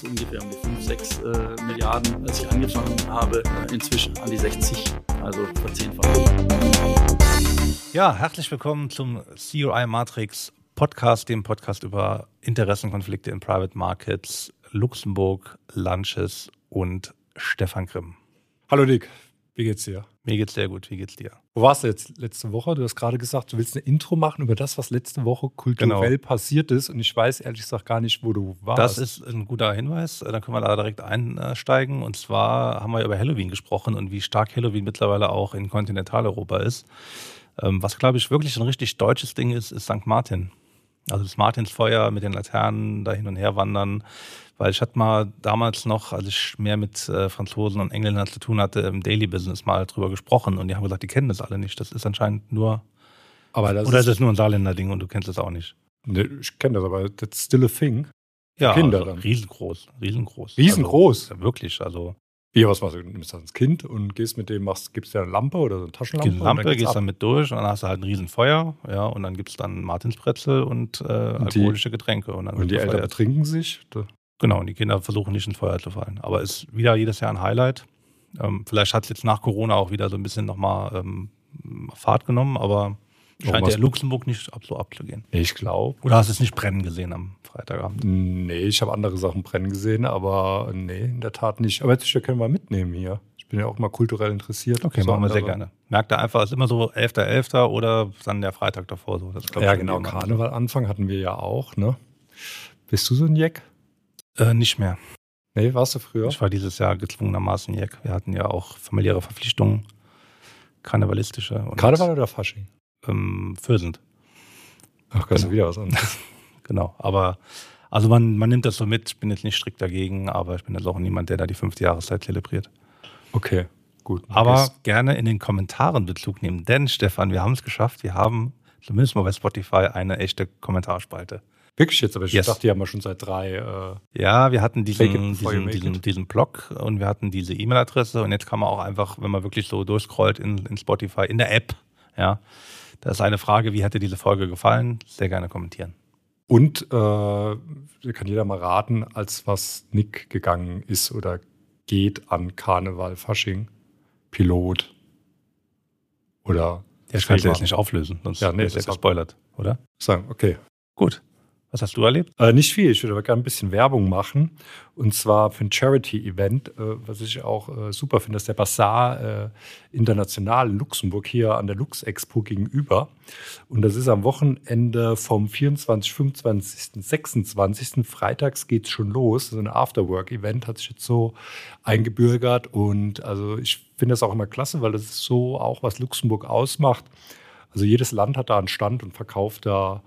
damals ungefähr um die 5, 6 Milliarden, als ich angefangen habe, inzwischen an die 60, also verzehnfacht. Ja, herzlich willkommen zum CUI Matrix Podcast, dem Podcast über Interessenkonflikte in Private Markets, Luxemburg, Lunches und Stefan Grimm. Hallo Nick, wie geht's dir? Mir geht's sehr gut, wie geht's dir? Wo warst du jetzt letzte Woche? Du hast gerade gesagt, du willst eine Intro machen über das, was letzte Woche kulturell passiert ist. Und ich weiß ehrlich gesagt gar nicht, wo du warst. Das ist ein guter Hinweis. Da können wir da direkt einsteigen. Und zwar haben wir über Halloween gesprochen und wie stark Halloween mittlerweile auch in Kontinentaleuropa ist. Was, glaube ich, wirklich ein richtig deutsches Ding ist St. Martin. Also das Martinsfeuer mit den Laternen da hin und her wandern. Weil ich hatte mal damals noch, als ich mehr mit Franzosen und Engländern zu tun hatte, im Daily Business mal drüber gesprochen. Und die haben gesagt, die kennen das alle nicht. Das ist anscheinend nur... Oder ist das nur ein Saarländer-Ding und du kennst das auch nicht? Ne, ich kenne das, aber that's still a thing. Ja, Kinder also dann. Riesengroß. Riesengroß? Also, wirklich, also... Wie, was machst du? Du nimmst das Kind und gehst mit dem, gibst dir eine Lampe oder so eine Taschenlampe? Gehst dann mit durch und dann hast du halt ein Riesenfeuer, ja, und dann gibt es dann Martinsbrezel und alkoholische Getränke. Und die Eltern betrinken sich? Genau, und die Kinder versuchen nicht ins Feuer zu fallen. Aber ist wieder jedes Jahr ein Highlight. Vielleicht hat es jetzt nach Corona auch wieder so ein bisschen nochmal Fahrt genommen, aber scheint ja Luxemburg nicht so abzugehen. Ich glaube. Oder hast du es nicht brennen gesehen am Freitagabend? Nee, ich habe andere Sachen brennen gesehen, aber nee, in der Tat nicht. Aber jetzt können wir mitnehmen hier. Ich bin ja auch mal kulturell interessiert. Okay, machen wir sehr gerne. Merkt ihr einfach, es ist immer so 11.11. oder dann der Freitag davor. So. Das ja, genau. Karneval Anfang hatten wir ja auch, ne? Bist du so ein Jack? Nicht mehr. Nee, warst du früher? Ich war dieses Jahr gezwungenermaßen Jack. Wir hatten ja auch familiäre Verpflichtungen, karnevalistische. Karneval oder Fasching? Fürsend. Ach, das ist wieder was anderes. Genau, aber also man nimmt das so mit. Ich bin jetzt nicht strikt dagegen, aber ich bin jetzt auch niemand, der da die 5. Jahreszeit zelebriert. Okay, gut. Aber gerne in den Kommentaren Bezug nehmen, denn Stefan, wir haben es geschafft. Wir haben zumindest mal bei Spotify eine echte Kommentarspalte. Wirklich jetzt? Aber ich dachte, die haben wir schon seit 3... Ja, wir hatten diesen Blog und wir hatten diese E-Mail-Adresse und jetzt kann man auch einfach, wenn man wirklich so durchscrollt in Spotify, in der App, ja, da ist eine Frage, wie hat dir diese Folge gefallen? Sehr gerne kommentieren. Und kann jeder mal raten, als was Nick gegangen ist oder geht an Karneval, Fasching, Pilot oder... Ja, ich kann es jetzt nicht auflösen, sonst wird es gespoilert, oder? Sagen, okay. Gut. Was hast du erlebt? Nicht viel, ich würde aber gerne ein bisschen Werbung machen. Und zwar für ein Charity-Event, was ich auch super finde, das ist der Bazaar International in Luxemburg, hier an der Lux-Expo gegenüber. Und das ist am Wochenende vom 24., 25., 26. Freitags geht es schon los. So ein Afterwork-Event hat sich jetzt so eingebürgert. Und also ich finde das auch immer klasse, weil das ist so auch, was Luxemburg ausmacht. Also jedes Land hat da einen Stand und verkauft da,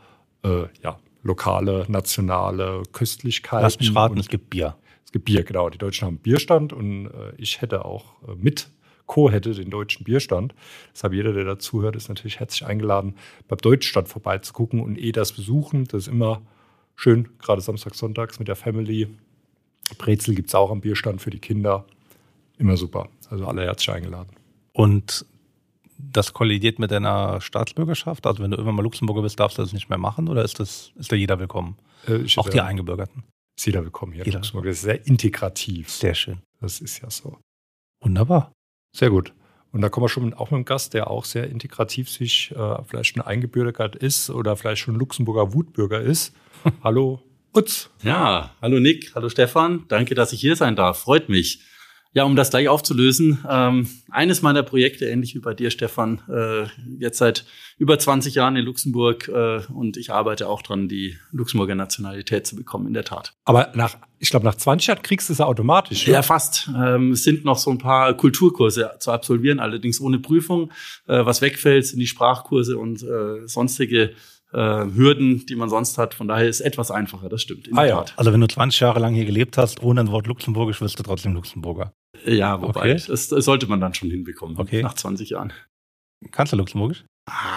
lokale, nationale Köstlichkeiten. Lass mich raten, es gibt Bier. Es gibt Bier, genau. Die Deutschen haben einen Bierstand und ich hätte auch co-hätte den deutschen Bierstand. Deshalb jeder, der dazuhört, ist natürlich herzlich eingeladen, beim Deutschstand vorbeizugucken und das besuchen. Das ist immer schön, gerade samstags, sonntags mit der Family. Brezel gibt es auch am Bierstand für die Kinder. Immer super. Also alle herzlich eingeladen. Und das kollidiert mit deiner Staatsbürgerschaft? Also wenn du irgendwann mal Luxemburger bist, darfst du das nicht mehr machen? Oder ist da jeder willkommen? Auch die Eingebürgerten? Ist jeder willkommen hier in Luxemburg. Das ist sehr integrativ. Sehr schön. Das ist ja so. Wunderbar. Sehr gut. Und da kommen wir schon auch mit einem Gast, der auch sehr integrativ sich vielleicht schon eingebürgert ist oder vielleicht schon Luxemburger Wutbürger ist. Hallo, Utz. Ja, hallo Nick, hallo Stefan. Danke, dass ich hier sein darf. Freut mich. Ja, um das gleich aufzulösen, eines meiner Projekte, ähnlich wie bei dir, Stefan, jetzt seit über 20 Jahren in Luxemburg und ich arbeite auch dran, die Luxemburger Nationalität zu bekommen, in der Tat. Aber ich glaube, nach 20 Jahren kriegst du es ja automatisch. Ja, fast. Es sind noch so ein paar Kulturkurse zu absolvieren, allerdings ohne Prüfung. Was wegfällt, sind die Sprachkurse und sonstige Hürden, die man sonst hat. Von daher ist es etwas einfacher, das stimmt. In der Tat. Also wenn du 20 Jahre lang hier gelebt hast, ohne ein Wort Luxemburgisch, wirst du trotzdem Luxemburger. Ja, wobei, das sollte man dann schon hinbekommen, nach 20 Jahren. Kannst du Luxemburgisch?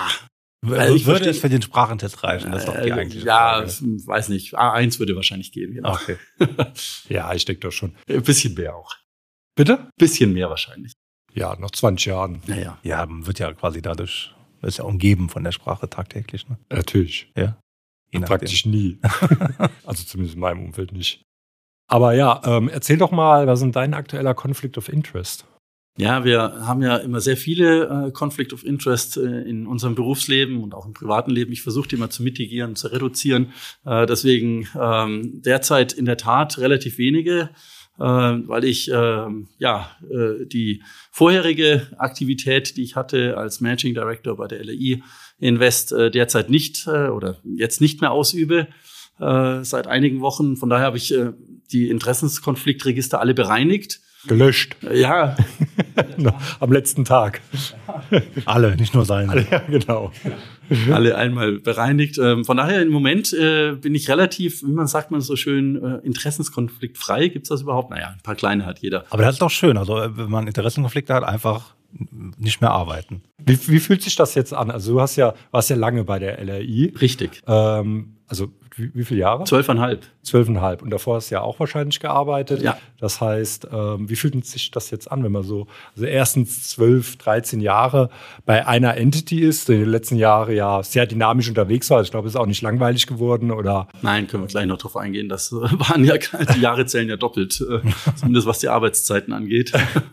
Würde es für den Sprachentest reichen? Das ist doch die eigentliche Frage. Weiß nicht. A1 würde wahrscheinlich gehen. Genau. Okay. Ja, ich denke doch schon. Ein bisschen mehr auch. Bitte? Ein bisschen mehr wahrscheinlich. Ja, nach 20 Jahren. Naja. Ja, man wird ja quasi dadurch, ist ja umgeben von der Sprache tagtäglich. Ne? Natürlich. Ja. Praktisch nie. Also zumindest in meinem Umfeld nicht. Aber ja, erzähl doch mal, was ist denn dein aktueller Conflict of Interest? Ja, wir haben ja immer sehr viele Conflict of Interest in unserem Berufsleben und auch im privaten Leben. Ich versuche die immer zu mitigieren, zu reduzieren. Deswegen derzeit in der Tat relativ wenige, weil ich die vorherige Aktivität, die ich hatte als Managing Director bei der LRI Invest, derzeit nicht oder jetzt nicht mehr ausübe seit einigen Wochen. Von daher habe ich die Interessenskonfliktregister alle bereinigt. Gelöscht. Ja. Am letzten Tag. Alle, nicht nur seine. Alle, ja, genau. Alle einmal bereinigt. Von daher im Moment bin ich relativ, wie man sagt man so schön, interessenskonfliktfrei. Gibt's das überhaupt? Naja, ein paar kleine hat jeder. Aber das ist doch schön. Also wenn man Interessenkonflikte hat, einfach nicht mehr arbeiten. Wie fühlt sich das jetzt an? Also du warst ja lange bei der LRI. Richtig. Also wie viele Jahre? 12,5. 12,5. Und davor hast du ja auch wahrscheinlich gearbeitet. Ja. Das heißt, wie fühlt sich das jetzt an, wenn man so, also erstens 12, 13 Jahre bei einer Entity ist, die in den letzten Jahren ja sehr dynamisch unterwegs war. Also ich glaube, es ist auch nicht langweilig geworden, oder? Nein, können wir gleich noch drauf eingehen. Das waren ja, die Jahre zählen ja doppelt, zumindest was die Arbeitszeiten angeht.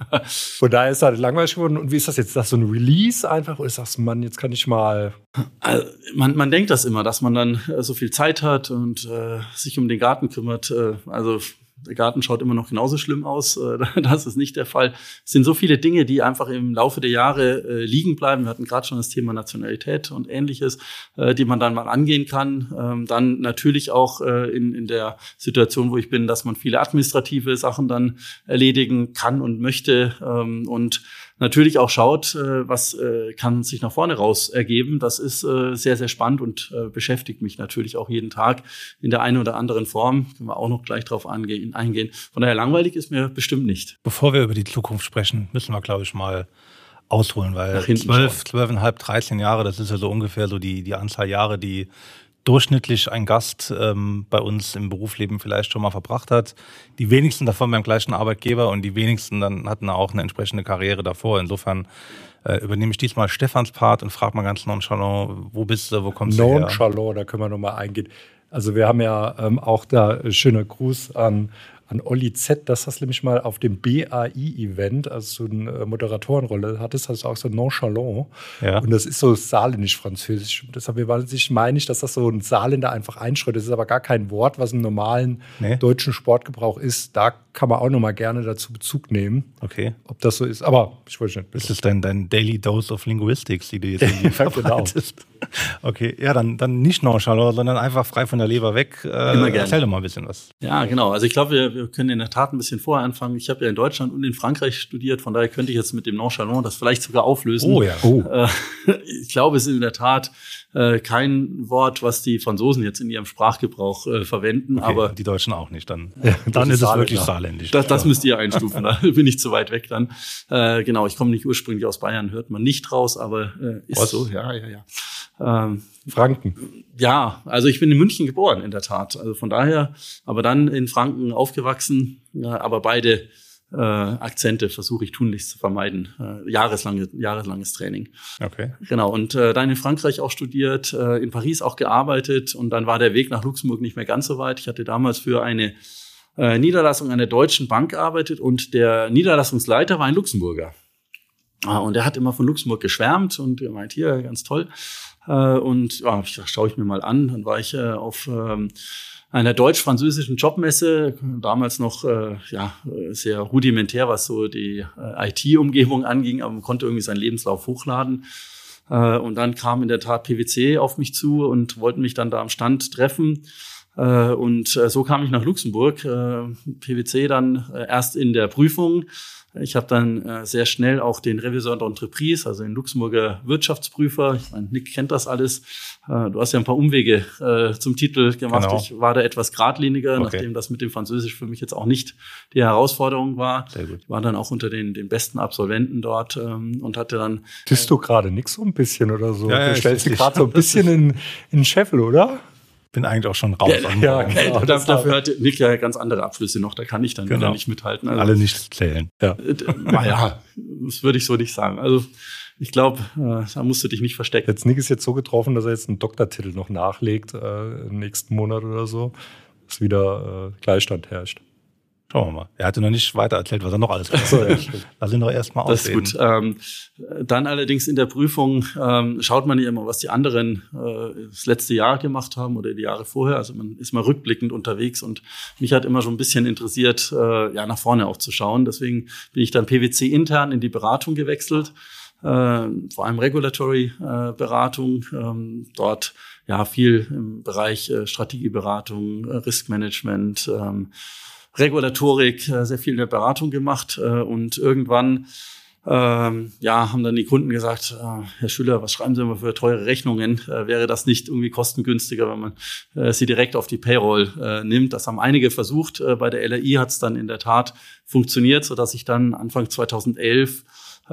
Von daher ist es halt langweilig geworden. Und wie ist das jetzt? Ist das so ein Release einfach? Oder sagst du, Mann, jetzt kann ich mal... Also, man denkt das immer, dass man dann so viel Zeit hat und sich um den Garten kümmert. Also der Garten schaut immer noch genauso schlimm aus. Das ist nicht der Fall. Es sind so viele Dinge, die einfach im Laufe der Jahre liegen bleiben. Wir hatten gerade schon das Thema Nationalität und Ähnliches, die man dann mal angehen kann. Dann natürlich auch in der Situation, wo ich bin, dass man viele administrative Sachen dann erledigen kann und möchte und natürlich auch schaut, was kann sich nach vorne raus ergeben. Das ist sehr, sehr spannend und beschäftigt mich natürlich auch jeden Tag in der einen oder anderen Form. Können wir auch noch gleich drauf eingehen. Von daher langweilig ist mir bestimmt nicht. Bevor wir über die Zukunft sprechen, müssen wir, glaube ich, mal ausholen, weil 12,5, 13 Jahre, das ist ja so ungefähr so die Anzahl Jahre, die durchschnittlich ein Gast bei uns im Berufsleben vielleicht schon mal verbracht hat. Die wenigsten davon beim gleichen Arbeitgeber und die wenigsten dann hatten auch eine entsprechende Karriere davor. Insofern übernehme ich diesmal Stefans Part und frage mal ganz nonchalant, wo bist du, wo kommst du her? Nonchalant, da können wir nochmal eingehen. Also wir haben ja auch da schöner Gruß an Olli Z, dass das nämlich mal auf dem BAI-Event, also so eine Moderatorenrolle hattest, hast du auch so nonchalant. Ja. Und das ist so saarländisch-französisch. Deshalb meine ich, dass das so ein Saarländer einfach einschreibt. Das ist aber gar kein Wort, was im normalen deutschen Sprachgebrauch ist. Da kann man auch noch mal gerne dazu Bezug nehmen. Okay. Ob das so ist. Aber ich wollte nicht. Das ist dein Daily Dose of Linguistics, die du jetzt in die verbreitest. Okay, ja, dann nicht nonchalant, sondern einfach frei von der Leber weg. Immer gerne. Erzähl doch mal ein bisschen was. Ja, genau. Also ich glaube, wir können in der Tat ein bisschen vorher anfangen. Ich habe ja in Deutschland und in Frankreich studiert, von daher könnte ich jetzt mit dem Nonchalant das vielleicht sogar auflösen. Oh ja. Oh. Ich glaube, es ist in der Tat kein Wort, was die Franzosen jetzt in ihrem Sprachgebrauch verwenden. Okay, aber die Deutschen auch nicht. Dann ist ist es wirklich saarländisch. Das müsst ihr einstufen, da bin ich zu weit weg dann. Genau, ich komme nicht ursprünglich aus Bayern, hört man nicht raus, aber ist was? so. Ja. Franken. Ja, also ich bin in München geboren, in der Tat. Also von daher, aber dann in Franken aufgewachsen, aber beide Akzente versuche ich tunlichst zu vermeiden. Jahreslanges Training. Okay. Genau, und dann in Frankreich auch studiert, in Paris auch gearbeitet und dann war der Weg nach Luxemburg nicht mehr ganz so weit. Ich hatte damals für eine Niederlassung einer deutschen Bank gearbeitet und der Niederlassungsleiter war ein Luxemburger. Und er hat immer von Luxemburg geschwärmt und er meint, hier, ganz toll. Und ja, schaue ich mir mal an. Dann war ich auf einer deutsch-französischen Jobmesse, damals noch sehr rudimentär, was so die IT-Umgebung anging, aber man konnte irgendwie seinen Lebenslauf hochladen. Und dann kam in der Tat PwC auf mich zu und wollten mich dann da am Stand treffen. Und so kam ich nach Luxemburg. PwC dann erst in der Prüfung. Ich habe dann sehr schnell auch den Reviseur d'Entreprise, also den Luxemburger Wirtschaftsprüfer. Ich meine, Nick kennt das alles. Du hast ja ein paar Umwege zum Titel gemacht. Genau. Ich war da etwas geradliniger, Okay. nachdem das mit dem Französisch für mich jetzt auch nicht die Herausforderung war. Sehr gut. War dann auch unter den besten Absolventen dort und hatte dann... Tust du gerade nix so ein bisschen oder so? Ja, Du stellst dich ich- gerade so ein bisschen in den Scheffel, oder? Bin eigentlich auch schon raus. Ja, genau. Dafür hat Nick ja ganz andere Abschlüsse noch. Da kann ich dann Genau. wieder nicht mithalten. Also, Alle nicht zählen. naja, das würde ich so nicht sagen. Also ich glaube, da musst du dich nicht verstecken. Jetzt Nick ist jetzt so getroffen, dass er jetzt einen Doktortitel noch nachlegt im nächsten Monat oder so, dass wieder Gleichstand herrscht. Schauen wir mal. Er hatte noch nicht weiter erzählt, was er noch alles macht. So, ja, Lass ihn doch erstmal aussehen. Das ist gut. Dann allerdings in der Prüfung schaut man ja immer, was die anderen das letzte Jahr gemacht haben oder die Jahre vorher. Also man ist mal rückblickend unterwegs und mich hat immer schon ein bisschen interessiert, nach vorne auch zu schauen. Deswegen bin ich dann PwC intern in die Beratung gewechselt, vor allem Regulatory-Beratung. Dort viel im Bereich Strategieberatung, Riskmanagement, Regulatorik, sehr viel in der Beratung gemacht und irgendwann haben dann die Kunden gesagt, Herr Schüller, was schreiben Sie immer für teure Rechnungen? Wäre das nicht irgendwie kostengünstiger, wenn man sie direkt auf die Payroll nimmt? Das haben einige versucht. Bei der LRI hat es dann in der Tat funktioniert, sodass ich dann Anfang 2011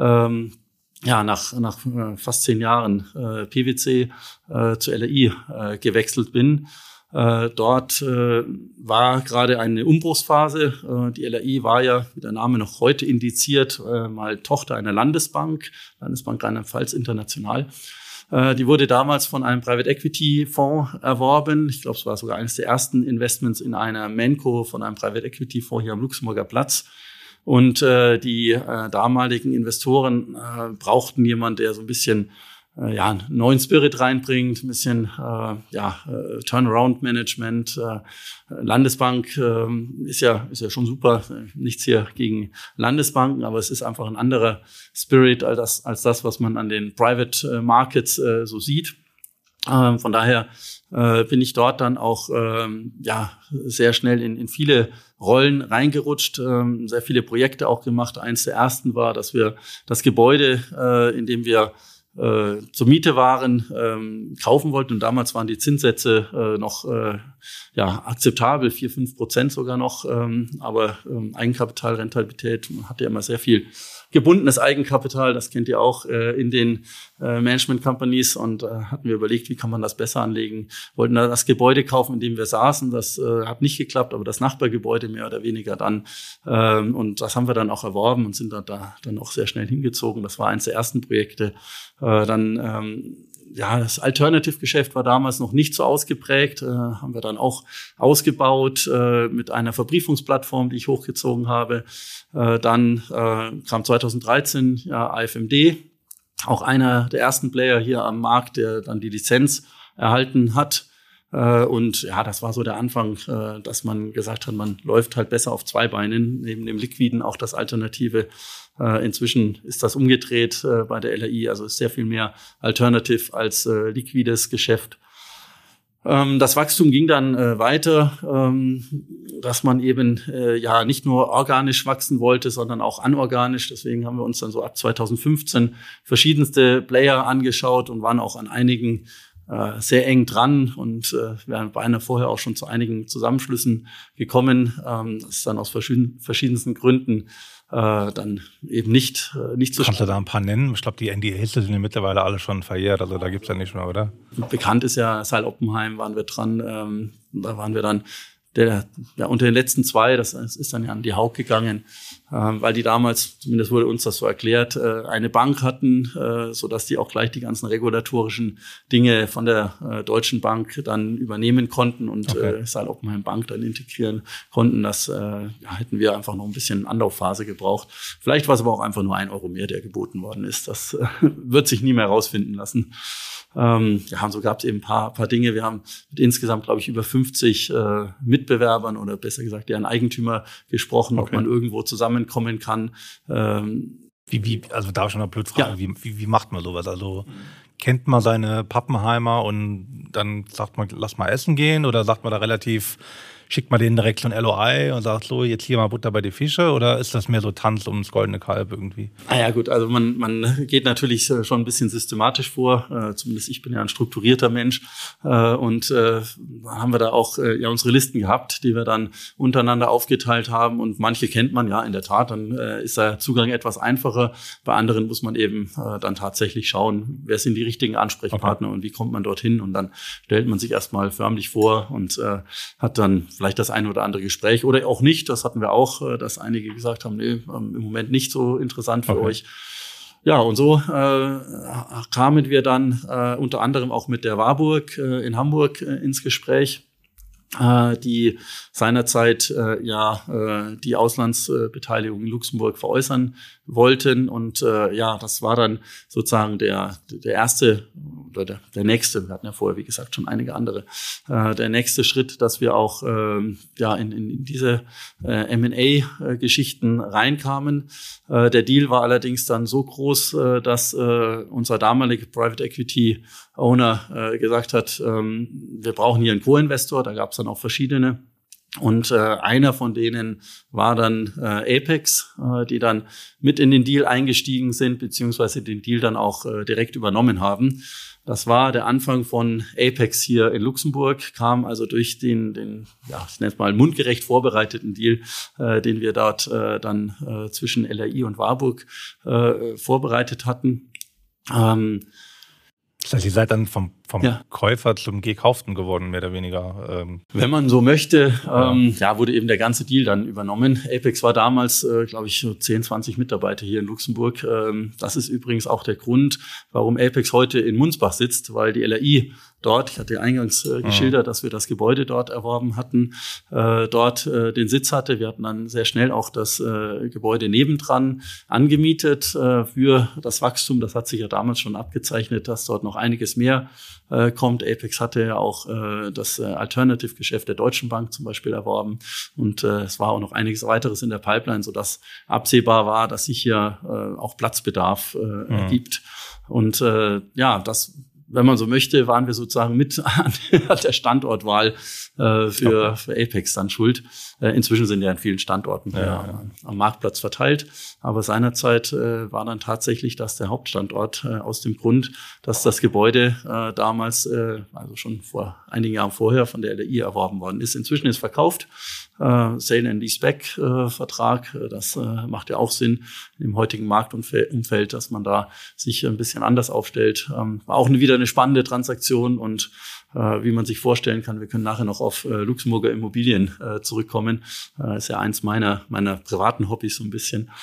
nach fast 10 Jahren PwC zur LRI gewechselt bin. Dort war gerade eine Umbruchsphase. Die LRI war ja, wie der Name noch heute indiziert, mal Tochter einer Landesbank Rheinland-Pfalz International. Die wurde damals von einem Private Equity Fonds erworben. Ich glaube, es war sogar eines der ersten Investments in einer Manco von einem Private Equity Fonds hier am Luxemburger Platz. Und die damaligen Investoren brauchten jemanden, der so ein bisschen einen neuen Spirit reinbringt, ein bisschen Turnaround-Management. Landesbank ist ja schon super, nichts hier gegen Landesbanken, aber es ist einfach ein anderer Spirit als das, was man an den Private Markets so sieht. Von daher bin ich dort dann auch sehr schnell in viele Rollen reingerutscht, sehr viele Projekte auch gemacht. Eins der ersten war, dass wir das Gebäude, in dem wir zur Miete waren, kaufen wollten. Und damals waren die Zinssätze noch akzeptabel, 4-5% sogar noch. Aber Eigenkapitalrentabilität, man hat ja immer sehr viel gebundenes Eigenkapital, das kennt ihr auch in den Management Companies. Und hatten wir überlegt, wie kann man das besser anlegen. Wollten da das Gebäude kaufen, in dem wir saßen. Das hat nicht geklappt, aber das Nachbargebäude mehr oder weniger dann. Und das haben wir dann auch erworben und sind da dann auch sehr schnell hingezogen. Das war eines der ersten Projekte. Das Alternative-Geschäft war damals noch nicht so ausgeprägt, haben wir dann auch ausgebaut mit einer Verbriefungsplattform, die ich hochgezogen habe. Dann kam 2013 AFMD, auch einer der ersten Player hier am Markt, der dann die Lizenz erhalten hat. Und das war so der Anfang, dass man gesagt hat, man läuft halt besser auf 2 Beinen, neben dem Liquiden auch das Alternative. Inzwischen ist das umgedreht bei der LRI, also ist sehr viel mehr Alternative als liquides Geschäft. Das Wachstum ging dann weiter, dass man eben nicht nur organisch wachsen wollte, sondern auch anorganisch. Deswegen haben wir uns dann so ab 2015 verschiedenste Player angeschaut und waren auch an einigen sehr eng dran und wären beinahe vorher auch schon zu einigen Zusammenschlüssen gekommen. Das ist dann aus verschiedensten Gründen dann eben nicht so. Kannst du da ein paar nennen? Ich glaube, die NDAs sind ja mittlerweile alle schon verjährt, also da gibt's ja nicht mehr, oder? Bekannt ist ja Sal Oppenheim, waren wir dran. Da waren wir dann unter den letzten 2, das ist dann ja an die Hauck gegangen, weil die damals, zumindest wurde uns das so erklärt, eine Bank hatten, so dass die auch gleich die ganzen regulatorischen Dinge von der Deutschen Bank dann übernehmen konnten und Sal Oppenheim Bank dann integrieren konnten. Das hätten wir einfach noch ein bisschen Anlaufphase gebraucht. Vielleicht war es aber auch einfach nur 1 Euro mehr, der geboten worden ist. Das wird sich nie mehr rausfinden lassen. Und so gab es eben ein paar Dinge. Wir haben mit insgesamt, glaube ich, über 50 Mitbewerbern oder besser gesagt deren Eigentümer gesprochen, ob man irgendwo zusammenkommen kann. Also da schon eine blöde Frage, wie macht man sowas? Also kennt man seine Pappenheimer und dann sagt man, lass mal essen gehen, oder sagt man da relativ, schickt man denen direkt so ein LOI und sagt so, jetzt hier mal Butter bei die Fische, oder ist das mehr so Tanz ums goldene Kalb irgendwie? Gut, also man geht natürlich schon ein bisschen systematisch vor, zumindest ich bin ja ein strukturierter Mensch und haben wir da auch unsere Listen gehabt, die wir dann untereinander aufgeteilt haben, und manche kennt man in der Tat, dann ist der Zugang etwas einfacher, bei anderen muss man eben dann tatsächlich schauen, wer sind die richtigen Ansprechpartner und wie kommt man dorthin, und dann stellt man sich erstmal förmlich vor und hat dann vielleicht das eine oder andere Gespräch oder auch nicht. Das hatten wir auch, dass einige gesagt haben, nee, im Moment nicht so interessant für euch. Ja, und so kamen wir dann unter anderem auch mit der Warburg in Hamburg ins Gespräch. die seinerzeit die Auslandsbeteiligung in Luxemburg veräußern wollten. Und das war dann sozusagen der erste oder der nächste, wir hatten ja vorher, wie gesagt, schon einige andere, der nächste Schritt, dass wir auch in diese M&A-Geschichten reinkamen. Der Deal war allerdings dann so groß, dass unser damaliger Private Equity Owner gesagt hat, wir brauchen hier einen Co-Investor. Da gab es dann auch verschiedene. Und einer von denen war dann Apex, die dann mit in den Deal eingestiegen sind, beziehungsweise den Deal dann auch direkt übernommen haben. Das war der Anfang von Apex hier in Luxemburg, kam also durch den ich nenne es mal mundgerecht vorbereiteten Deal, den wir dort dann zwischen LRI und Warburg vorbereitet hatten. Das heißt, ihr seid dann vom Käufer zum Gekauften geworden, mehr oder weniger. Wenn man so möchte, wurde eben der ganze Deal dann übernommen. Apex war damals, glaube ich, so 10, 20 Mitarbeiter hier in Luxemburg. Das ist übrigens auch der Grund, warum Apex heute in Munsbach sitzt, weil die LRI dort, ich hatte eingangs geschildert, dass wir das Gebäude dort erworben hatten, dort den Sitz hatte. Wir hatten dann sehr schnell auch das Gebäude nebendran angemietet für das Wachstum. Das hat sich ja damals schon abgezeichnet, dass dort noch einiges mehr kommt. Apex hatte ja auch das Alternative-Geschäft der Deutschen Bank zum Beispiel erworben und es war auch noch einiges weiteres in der Pipeline, sodass absehbar war, dass sich hier auch Platzbedarf gibt. Und wenn man so möchte, waren wir sozusagen mit an der Standortwahl für Apex dann schuld. Inzwischen sind ja in vielen Standorten am Marktplatz verteilt. Aber seinerzeit war dann tatsächlich das der Hauptstandort aus dem Grund, dass das Gebäude damals, also schon vor einigen Jahren vorher, von der LRI erworben worden ist. Inzwischen ist verkauft. Sale and Leaseback Vertrag, das macht ja auch Sinn im heutigen Marktumfeld, dass man da sich ein bisschen anders aufstellt. War auch wieder eine spannende Transaktion und wie man sich vorstellen kann, wir können nachher noch auf Luxemburger Immobilien zurückkommen. Ist ja eins meiner privaten Hobbys so ein bisschen.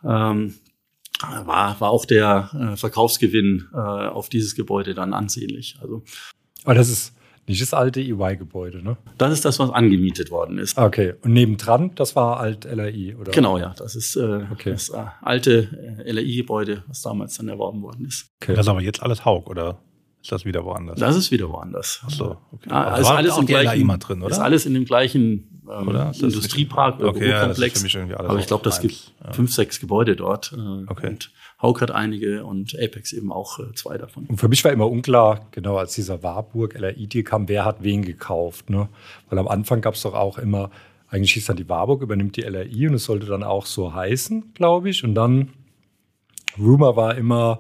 War auch der Verkaufsgewinn auf dieses Gebäude dann ansehnlich. Also, aber das ist nicht das alte EY-Gebäude, ne? Das ist das, was angemietet worden ist. Okay, und nebendran, das war alt LRI, oder? Genau, ja, das ist das alte LRI-Gebäude, was damals dann erworben worden ist. Okay. Das ist aber jetzt alles Haug, oder ist das wieder woanders? Das ist wieder woanders. Ach so, okay. Ist alles im gleichen, drin, oder? Ist alles in dem gleichen Industriepark oder Bürokomplex. Aber ich glaube, das gibt 5, 6 Gebäude dort. Und Haug hat einige und Apex eben auch 2 davon. Und für mich war immer unklar, genau als dieser Warburg-LRI-Deal kam, wer hat wen gekauft. Ne? Weil am Anfang gab es doch auch immer, eigentlich hieß dann die Warburg, übernimmt die LRI und es sollte dann auch so heißen, glaube ich. Und dann, Rumor war immer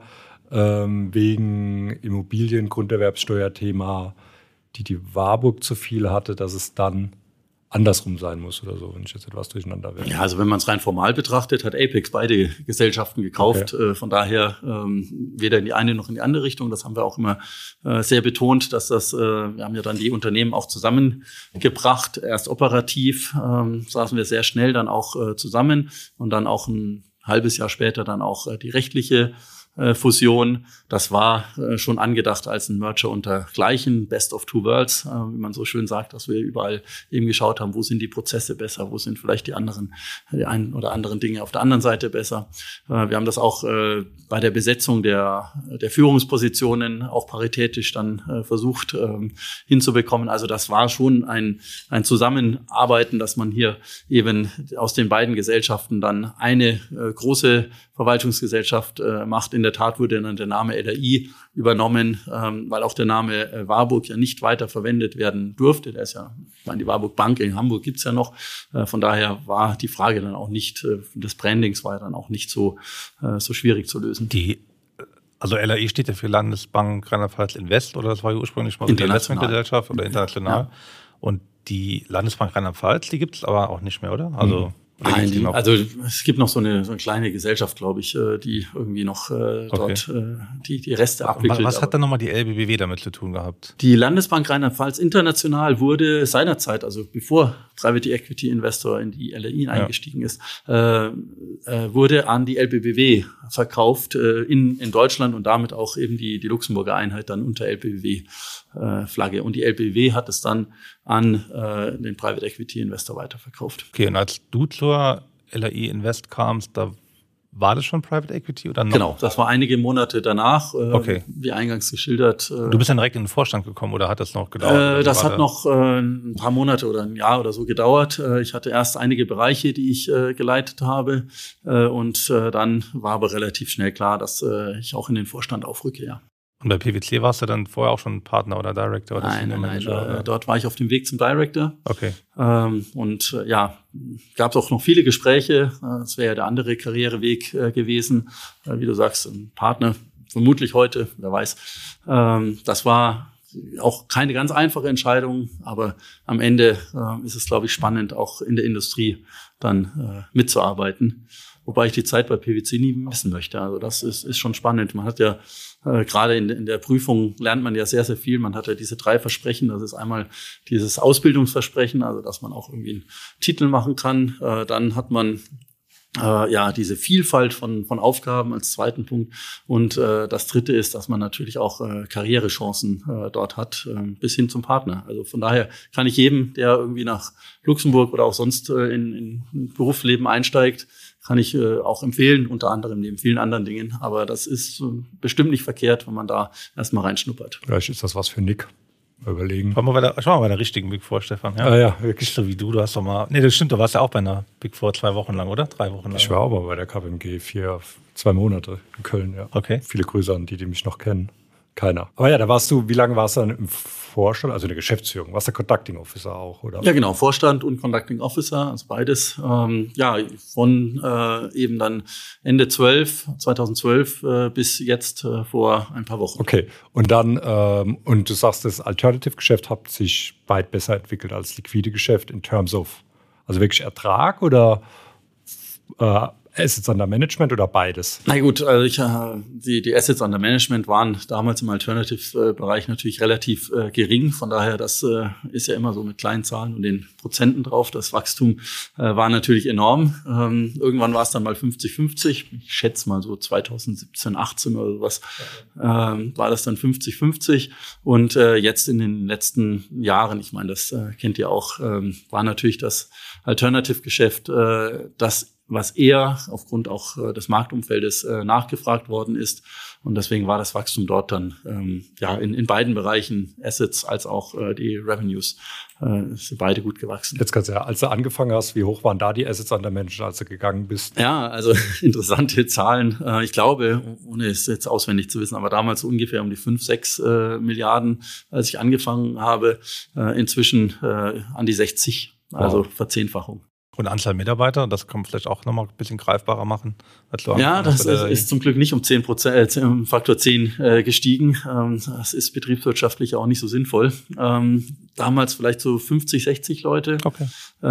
wegen Immobilien, Grunderwerbsteuerthema, die Warburg zu viel hatte, dass es dann andersrum sein muss oder so, wenn ich jetzt etwas durcheinander werde. Ja, also wenn man es rein formal betrachtet, hat Apex beide Gesellschaften gekauft. Okay. Von daher weder in die eine noch in die andere Richtung. Das haben wir auch immer sehr betont, dass wir haben ja dann die Unternehmen auch zusammengebracht. Erst operativ saßen wir sehr schnell dann auch zusammen und dann auch ein halbes Jahr später dann auch die rechtliche Fusion. Das war schon angedacht als ein Merger unter Gleichen, Best of Two Worlds, wie man so schön sagt, dass wir überall eben geschaut haben, wo sind die Prozesse besser, wo sind vielleicht die ein oder anderen Dinge auf der anderen Seite besser. Wir haben das auch bei der Besetzung der Führungspositionen auch paritätisch dann versucht hinzubekommen. Also das war schon ein Zusammenarbeiten, dass man hier eben aus den beiden Gesellschaften dann eine große Verwaltungsgesellschaft macht. In der Tat wurde dann der Name LRI übernommen, weil auch der Name Warburg ja nicht weiter verwendet werden durfte. Der ist ja, ich meine, die Warburg Bank in Hamburg gibt's ja noch. Von daher war die Frage dann auch nicht, des Brandings war dann auch nicht so schwierig zu lösen. Also LRI steht ja für Landesbank Rheinland-Pfalz Invest, oder das war ja ursprünglich mal die Investmentgesellschaft oder international. Ja. Und die Landesbank Rheinland-Pfalz, die gibt's aber auch nicht mehr, oder? Also Nein, also es gibt noch so eine kleine Gesellschaft, glaube ich, die irgendwie noch dort die Reste abwickelt. Was hat dann nochmal die LBBW damit zu tun gehabt? Die Landesbank Rheinland-Pfalz International wurde seinerzeit, also bevor Private Equity Investor in die LRI eingestiegen ist, wurde an die LBBW verkauft in Deutschland und damit auch eben die Luxemburger Einheit dann unter LBBW Flagge. Und die LBBW hat es dann an den Private Equity Investor weiterverkauft. Okay, und als du zur LAI Invest kamst, da war das schon Private Equity oder noch? Genau, das war einige Monate danach, Okay. wie eingangs geschildert. Du bist dann direkt in den Vorstand gekommen oder hat das noch gedauert? Das hat noch ein paar Monate oder ein Jahr oder so gedauert. Ich hatte erst einige Bereiche, die ich geleitet habe und dann war aber relativ schnell klar, dass ich auch in den Vorstand aufrücke, ja. Und bei PwC warst du dann vorher auch schon Partner oder Director? Oder Nein, Manager? dort war ich auf dem Weg zum Director. Okay. Und gab es auch noch viele Gespräche. Das wäre ja der andere Karriereweg gewesen. Wie du sagst, ein Partner, vermutlich heute, wer weiß. Das war auch keine ganz einfache Entscheidung, aber am Ende ist es, glaube ich, spannend, auch in der Industrie dann mitzuarbeiten. Wobei ich die Zeit bei PwC nie missen möchte. Also das ist schon spannend. Man hat ja gerade in der Prüfung lernt man ja sehr, sehr viel. Man hat ja diese 3 Versprechen. Das ist einmal dieses Ausbildungsversprechen, also dass man auch irgendwie einen Titel machen kann. Dann hat man diese Vielfalt von Aufgaben als zweiten Punkt. Und das dritte ist, dass man natürlich auch Karrierechancen dort hat, bis hin zum Partner. Also von daher kann ich jedem, der irgendwie nach Luxemburg oder auch sonst in Berufsleben einsteigt, kann ich auch empfehlen, unter anderem neben vielen anderen Dingen. Aber das ist bestimmt nicht verkehrt, wenn man da erstmal reinschnuppert. Vielleicht ist das was für Nick. Mal überlegen. Schau mal bei der richtigen Big Four, Stefan. Ja, wirklich. So wie du hast doch mal. Nee, das stimmt, du warst ja auch bei einer Big Four 2 Wochen lang, oder? 3 Wochen lang. Ich war aber bei der KPMG 2 Monate in Köln, ja. Okay. Viele Grüße an die mich noch kennen. Keiner. Aber ja, wie lange warst du dann im Vorstand, also in der Geschäftsführung? Warst du Conducting Officer auch, oder? Ja, genau, Vorstand und Conducting Officer, also beides. Von eben dann Ende 2012 bis jetzt vor ein paar Wochen. Okay, und dann, und du sagst, das Alternative-Geschäft hat sich weit besser entwickelt als liquide Geschäft in terms of, also wirklich Ertrag oder Assets under Management oder beides? Na gut, also die Assets under Management waren damals im Alternative-Bereich natürlich relativ gering. Von daher, das ist ja immer so mit kleinen Zahlen und den Prozenten drauf. Das Wachstum war natürlich enorm. Irgendwann war es dann mal 50-50. Ich schätze mal so 2017, 18 oder sowas, war das dann 50-50. Und jetzt in den letzten Jahren, ich meine, das kennt ihr auch, war natürlich das Alternative-Geschäft das, was eher aufgrund auch des Marktumfeldes nachgefragt worden ist. Und deswegen war das Wachstum dort dann in beiden Bereichen, Assets als auch die Revenues, sind beide gut gewachsen. Jetzt kannst du ja, als du angefangen hast, wie hoch waren da die Assets under Management, als du gegangen bist? Ja, also interessante Zahlen. Ich glaube, ohne es jetzt auswendig zu wissen, aber damals ungefähr um die 5-6 Milliarden, als ich angefangen habe. Inzwischen an die 60, also Verzehnfachung. Und Anzahl Mitarbeiter, das kann man vielleicht auch nochmal ein bisschen greifbarer machen. Ja, das ist zum Glück nicht um 10%, um Faktor 10 gestiegen. Das ist betriebswirtschaftlich auch nicht so sinnvoll. Damals vielleicht so 50, 60 Leute. Okay.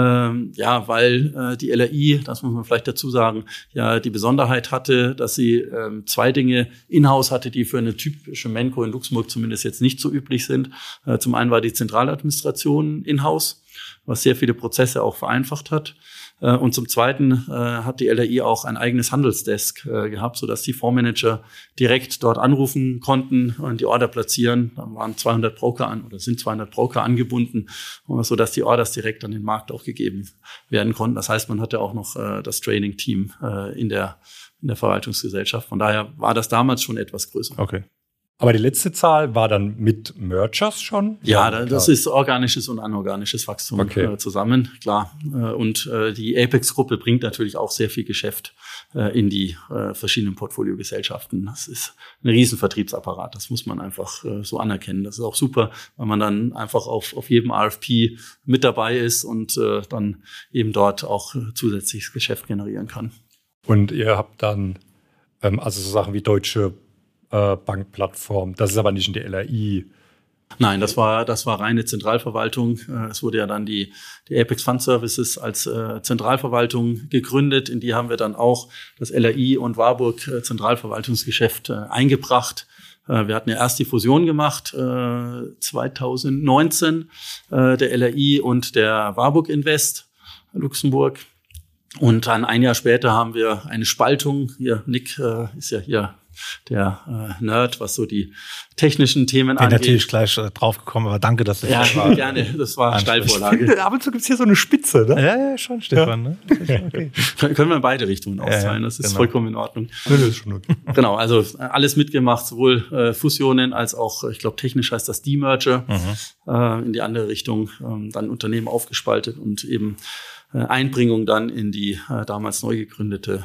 Weil die LAI, das muss man vielleicht dazu sagen, ja die Besonderheit hatte, dass sie 2 Dinge in-house hatte, die für eine typische Menco in Luxemburg zumindest jetzt nicht so üblich sind. Zum einen war die Zentraladministration in-house, was sehr viele Prozesse auch vereinfacht hat. Und zum Zweiten hat die LAI auch ein eigenes Handelsdesk gehabt, sodass die Fondsmanager direkt dort anrufen konnten und die Order platzieren. Da waren 200 Broker sind 200 Broker angebunden, sodass die Orders direkt an den Markt auch gegeben werden konnten. Das heißt, man hatte auch noch das Training-Team in der Verwaltungsgesellschaft. Von daher war das damals schon etwas größer. Okay. Aber die letzte Zahl war dann mit Mergers schon? Ja, das ist organisches und anorganisches Wachstum zusammen, klar. Und die Apex-Gruppe bringt natürlich auch sehr viel Geschäft in die verschiedenen Portfoliogesellschaften. Das ist ein Riesenvertriebsapparat, das muss man einfach so anerkennen. Das ist auch super, weil man dann einfach auf jedem RFP mit dabei ist und dann eben dort auch zusätzliches Geschäft generieren kann. Und ihr habt dann also so Sachen wie Deutsche Bankplattform. Das ist aber nicht in der LAI. Nein, das war reine Zentralverwaltung. Es wurde ja dann die Apex Fund Services als Zentralverwaltung gegründet. In die haben wir dann auch das LAI und Warburg Zentralverwaltungsgeschäft eingebracht. Wir hatten ja erst die Fusion gemacht, 2019, der LAI und der Warburg Invest Luxemburg. Und dann ein Jahr später haben wir eine Spaltung. Hier, Nick ist ja hier der Nerd, was so die technischen Themen bin angeht. natürlich gleich drauf gekommen, aber danke, dass du das Ja, gerne. Das war Steilvorlage. Ab und zu gibt es hier so eine Spitze, ne? Ja, schon, Stefan. Ne? Okay. Können wir in beide Richtungen austeilen. Das ist genau. vollkommen in Ordnung. Das ist schon okay. Genau, also alles mitgemacht, sowohl Fusionen als auch, ich glaube, technisch heißt das Demerger, in die andere Richtung, dann Unternehmen aufgespaltet und eben Einbringung dann in die damals neu gegründete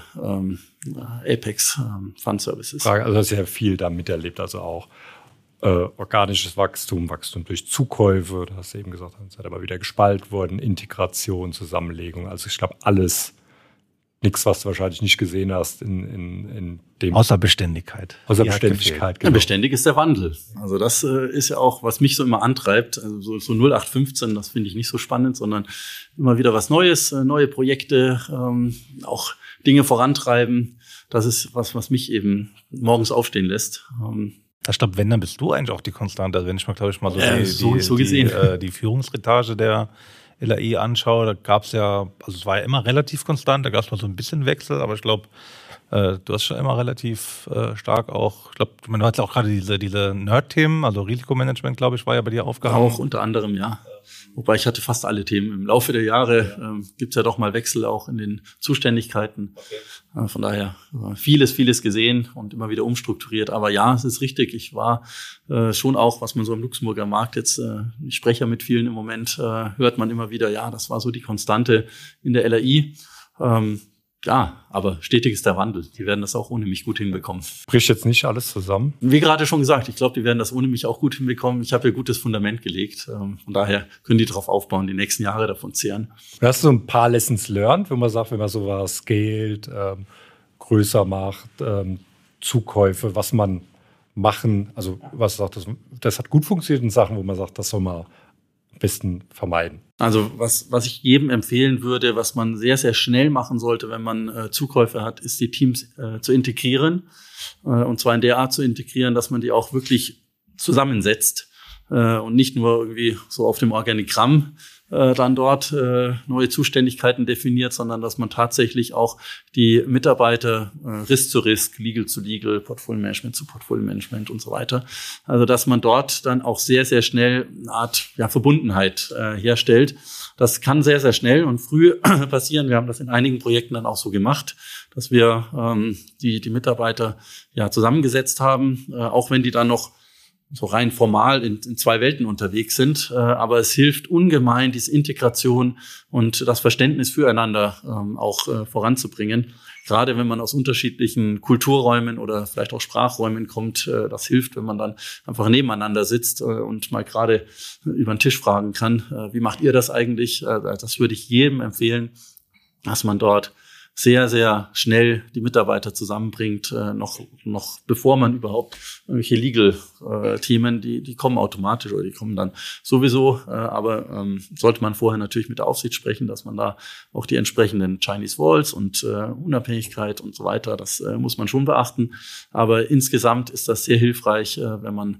Apex Fund Services. Also du hast ja viel da miterlebt, also auch organisches Wachstum durch Zukäufe, du hast eben gesagt, es hat aber wieder gespalten worden, Integration, Zusammenlegung, also ich glaube alles, nichts, was du wahrscheinlich nicht gesehen hast in dem... Außer Beständigkeit. Außer Beständigkeit, genau. Ja, beständig ist der Wandel. Also das ist ja auch, was mich so immer antreibt. Also so 0815, das finde ich nicht so spannend, sondern immer wieder was Neues, neue Projekte, auch Dinge vorantreiben. Das ist was mich eben morgens aufstehen lässt. Ich glaube, wenn, dann bist du eigentlich auch die Konstante. Also wenn ich mal, glaube ich, mal die Führungsetage der LAI anschaue, da gab es ja, also es war ja immer relativ konstant, da gab es mal so ein bisschen Wechsel, aber ich glaube, du hast schon immer relativ stark auch, ich glaube, man hat ja auch gerade diese Nerd-Themen, also Risikomanagement, glaube ich, war ja bei dir aufgehangen. Auch unter anderem, ja. Wobei ich hatte fast alle Themen. Im Laufe der Jahre gibt's ja doch mal Wechsel auch in den Zuständigkeiten. Okay. Von daher vieles gesehen und immer wieder umstrukturiert. Aber ja, es ist richtig. Ich war schon auch, was man so im Luxemburger Markt jetzt, ich spreche ja mit vielen im Moment, hört man immer wieder, ja, das war so die Konstante in der LAI. Ja, aber stetig ist der Wandel. Die werden das auch ohne mich gut hinbekommen. Bricht jetzt nicht alles zusammen? Wie gerade schon gesagt, ich glaube, die werden das ohne mich auch gut hinbekommen. Ich habe hier gutes Fundament gelegt. Von daher können die darauf aufbauen, die nächsten Jahre davon zehren. Hast du so ein paar Lessons learned, wenn man sagt, wenn man sowas scaled, größer macht, Zukäufe, was man machen, also was sagt, das hat gut funktioniert in Sachen, wo man sagt, das soll man am besten vermeiden. Also was ich jedem empfehlen würde, was man sehr, sehr schnell machen sollte, wenn man Zukäufe hat, ist die Teams zu integrieren. Und zwar in der Art zu integrieren, dass man die auch wirklich zusammensetzt und nicht nur irgendwie so auf dem Organigramm dann dort neue Zuständigkeiten definiert, sondern dass man tatsächlich auch die Mitarbeiter Risk zu Risk, Legal zu Legal, Portfolio Management zu Portfolio Management und so weiter. Also dass man dort dann auch sehr, sehr schnell eine Art Verbundenheit herstellt. Das kann sehr, sehr schnell und früh passieren. Wir haben das in einigen Projekten dann auch so gemacht, dass wir die Mitarbeiter zusammengesetzt haben, auch wenn die dann noch so rein formal in zwei Welten unterwegs sind. Aber es hilft ungemein, diese Integration und das Verständnis füreinander auch voranzubringen. Gerade wenn man aus unterschiedlichen Kulturräumen oder vielleicht auch Sprachräumen kommt, das hilft, wenn man dann einfach nebeneinander sitzt und mal gerade über den Tisch fragen kann, wie macht ihr das eigentlich? Das würde ich jedem empfehlen, dass man dort sehr, sehr schnell die Mitarbeiter zusammenbringt, noch bevor man überhaupt irgendwelche Legal-Themen, die kommen automatisch oder die kommen dann sowieso, aber sollte man vorher natürlich mit der Aufsicht sprechen, dass man da auch die entsprechenden Chinese Walls und Unabhängigkeit und so weiter, das muss man schon beachten, aber insgesamt ist das sehr hilfreich, wenn man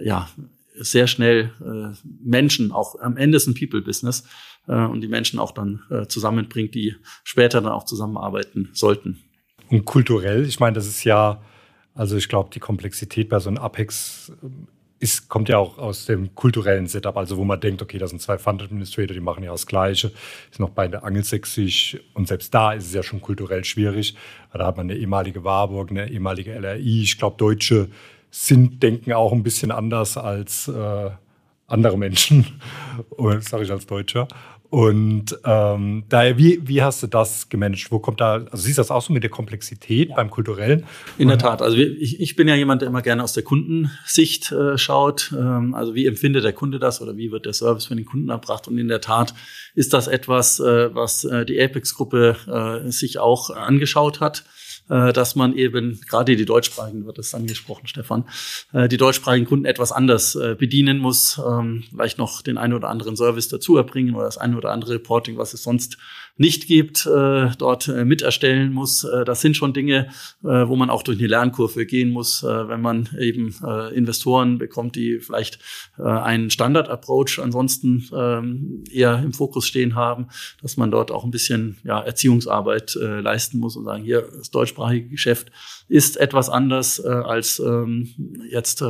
sehr schnell Menschen, auch am Ende ist ein People-Business, und die Menschen auch dann zusammenbringt, die später dann auch zusammenarbeiten sollten. Und kulturell, ich meine, das ist ja, also ich glaube, die Komplexität bei so einem Apex kommt ja auch aus dem kulturellen Setup, also wo man denkt, okay, das sind zwei Fund Administrator, die machen ja das Gleiche, ist noch beide angelsächsisch und selbst da ist es ja schon kulturell schwierig. Da hat man eine ehemalige Warburg, eine ehemalige LRI, ich glaube, Deutsche denken auch ein bisschen anders als andere Menschen, das sage ich als Deutscher. Und daher, wie hast du das gemanagt? Wo kommt da, also siehst du das auch so mit der Komplexität beim Kulturellen? In der Tat, also ich bin ja jemand, der immer gerne aus der Kundensicht schaut. Also wie empfindet der Kunde das oder wie wird der Service für den Kunden erbracht? Und in der Tat ist das etwas, was die Apex-Gruppe sich auch angeschaut hat. Dass man eben, gerade die deutschsprachigen, wird das angesprochen, Stefan, die deutschsprachigen Kunden etwas anders bedienen muss, vielleicht noch den einen oder anderen Service dazu erbringen oder das eine oder andere Reporting, was es sonst nicht gibt, dort miterstellen muss. Das sind schon Dinge, wo man auch durch eine Lernkurve gehen muss, wenn man eben Investoren bekommt, die vielleicht einen Standard-Approach ansonsten eher im Fokus stehen haben, dass man dort auch ein bisschen Erziehungsarbeit leisten muss und sagen, hier, das deutsche deutschsprachige Geschäft ist etwas anders als jetzt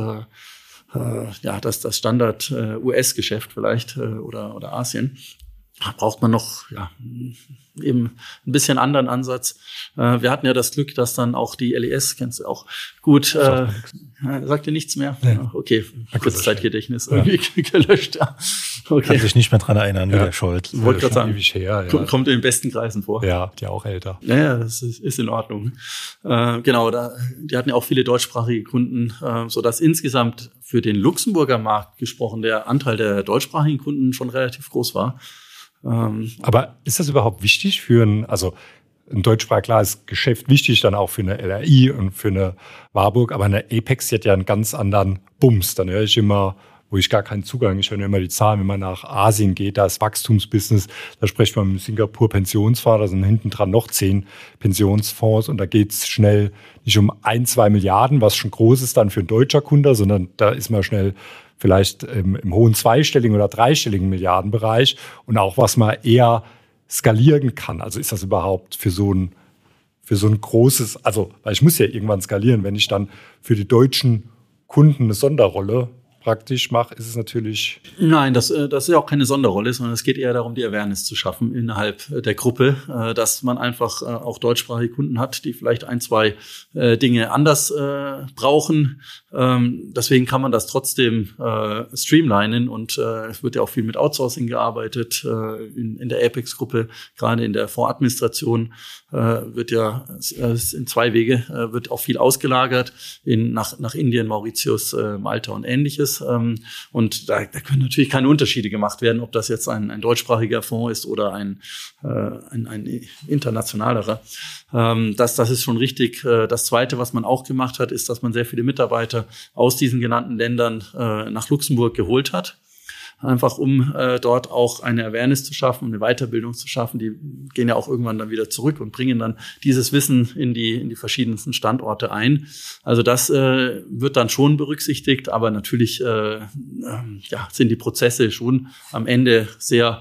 das Standard US-Geschäft vielleicht oder Asien. Da braucht man noch eben ein bisschen anderen Ansatz. Wir hatten ja das Glück, dass dann auch die LES, kennst du auch gut, sagt dir nichts mehr? Nee. Okay, Kurzzeitgedächtnis irgendwie gelöscht. Ja. Okay. Kann sich nicht mehr dran erinnern, wie der Scholz. Wollte gerade sagen, her, kommt in den besten Kreisen vor. Ja, die auch älter. Ja, das ist in Ordnung. Genau, die hatten ja auch viele deutschsprachige Kunden, sodass insgesamt für den Luxemburger Markt gesprochen der Anteil der deutschsprachigen Kunden schon relativ groß war. Aber ist das überhaupt wichtig für ein Deutschsprachig, klar ist Geschäft wichtig, dann auch für eine LRI und für eine Warburg, aber eine Apex, die hat ja einen ganz anderen Bums. Dann höre ich immer, wo ich gar keinen Zugang, ich höre immer die Zahlen, wenn man nach Asien geht, da ist Wachstumsbusiness, da spricht man mit dem Singapur Pensionsfonds, da sind hinten dran noch 10 Pensionsfonds und da geht es schnell nicht um 1-2 Milliarden, was schon groß ist dann für ein deutscher Kunde, sondern da ist man schnell vielleicht im hohen zweistelligen oder dreistelligen Milliardenbereich und auch was man eher skalieren kann. Also ist das überhaupt für so ein großes, also weil ich muss ja irgendwann skalieren, wenn ich dann für die deutschen Kunden eine Sonderrolle praktisch mache, ist es natürlich... Nein, das ist ja auch keine Sonderrolle, sondern es geht eher darum, die Awareness zu schaffen innerhalb der Gruppe, dass man einfach auch deutschsprachige Kunden hat, die vielleicht 1-2 Dinge anders brauchen. Deswegen kann man das trotzdem streamlinen und es wird ja auch viel mit Outsourcing gearbeitet in der Apex-Gruppe, gerade in der Fondsadministration wird ja in 2 Wege, wird auch viel ausgelagert nach Indien, Mauritius, Malta und Ähnliches. Und da können natürlich keine Unterschiede gemacht werden, ob das jetzt ein deutschsprachiger Fonds ist oder ein internationalerer. Das ist schon richtig. Das Zweite, was man auch gemacht hat, ist, dass man sehr viele Mitarbeiter aus diesen genannten Ländern nach Luxemburg geholt hat. Einfach um dort auch eine Awareness zu schaffen, eine Weiterbildung zu schaffen. Die gehen ja auch irgendwann dann wieder zurück und bringen dann dieses Wissen in die verschiedensten Standorte ein. Also das wird dann schon berücksichtigt, aber natürlich sind die Prozesse schon am Ende sehr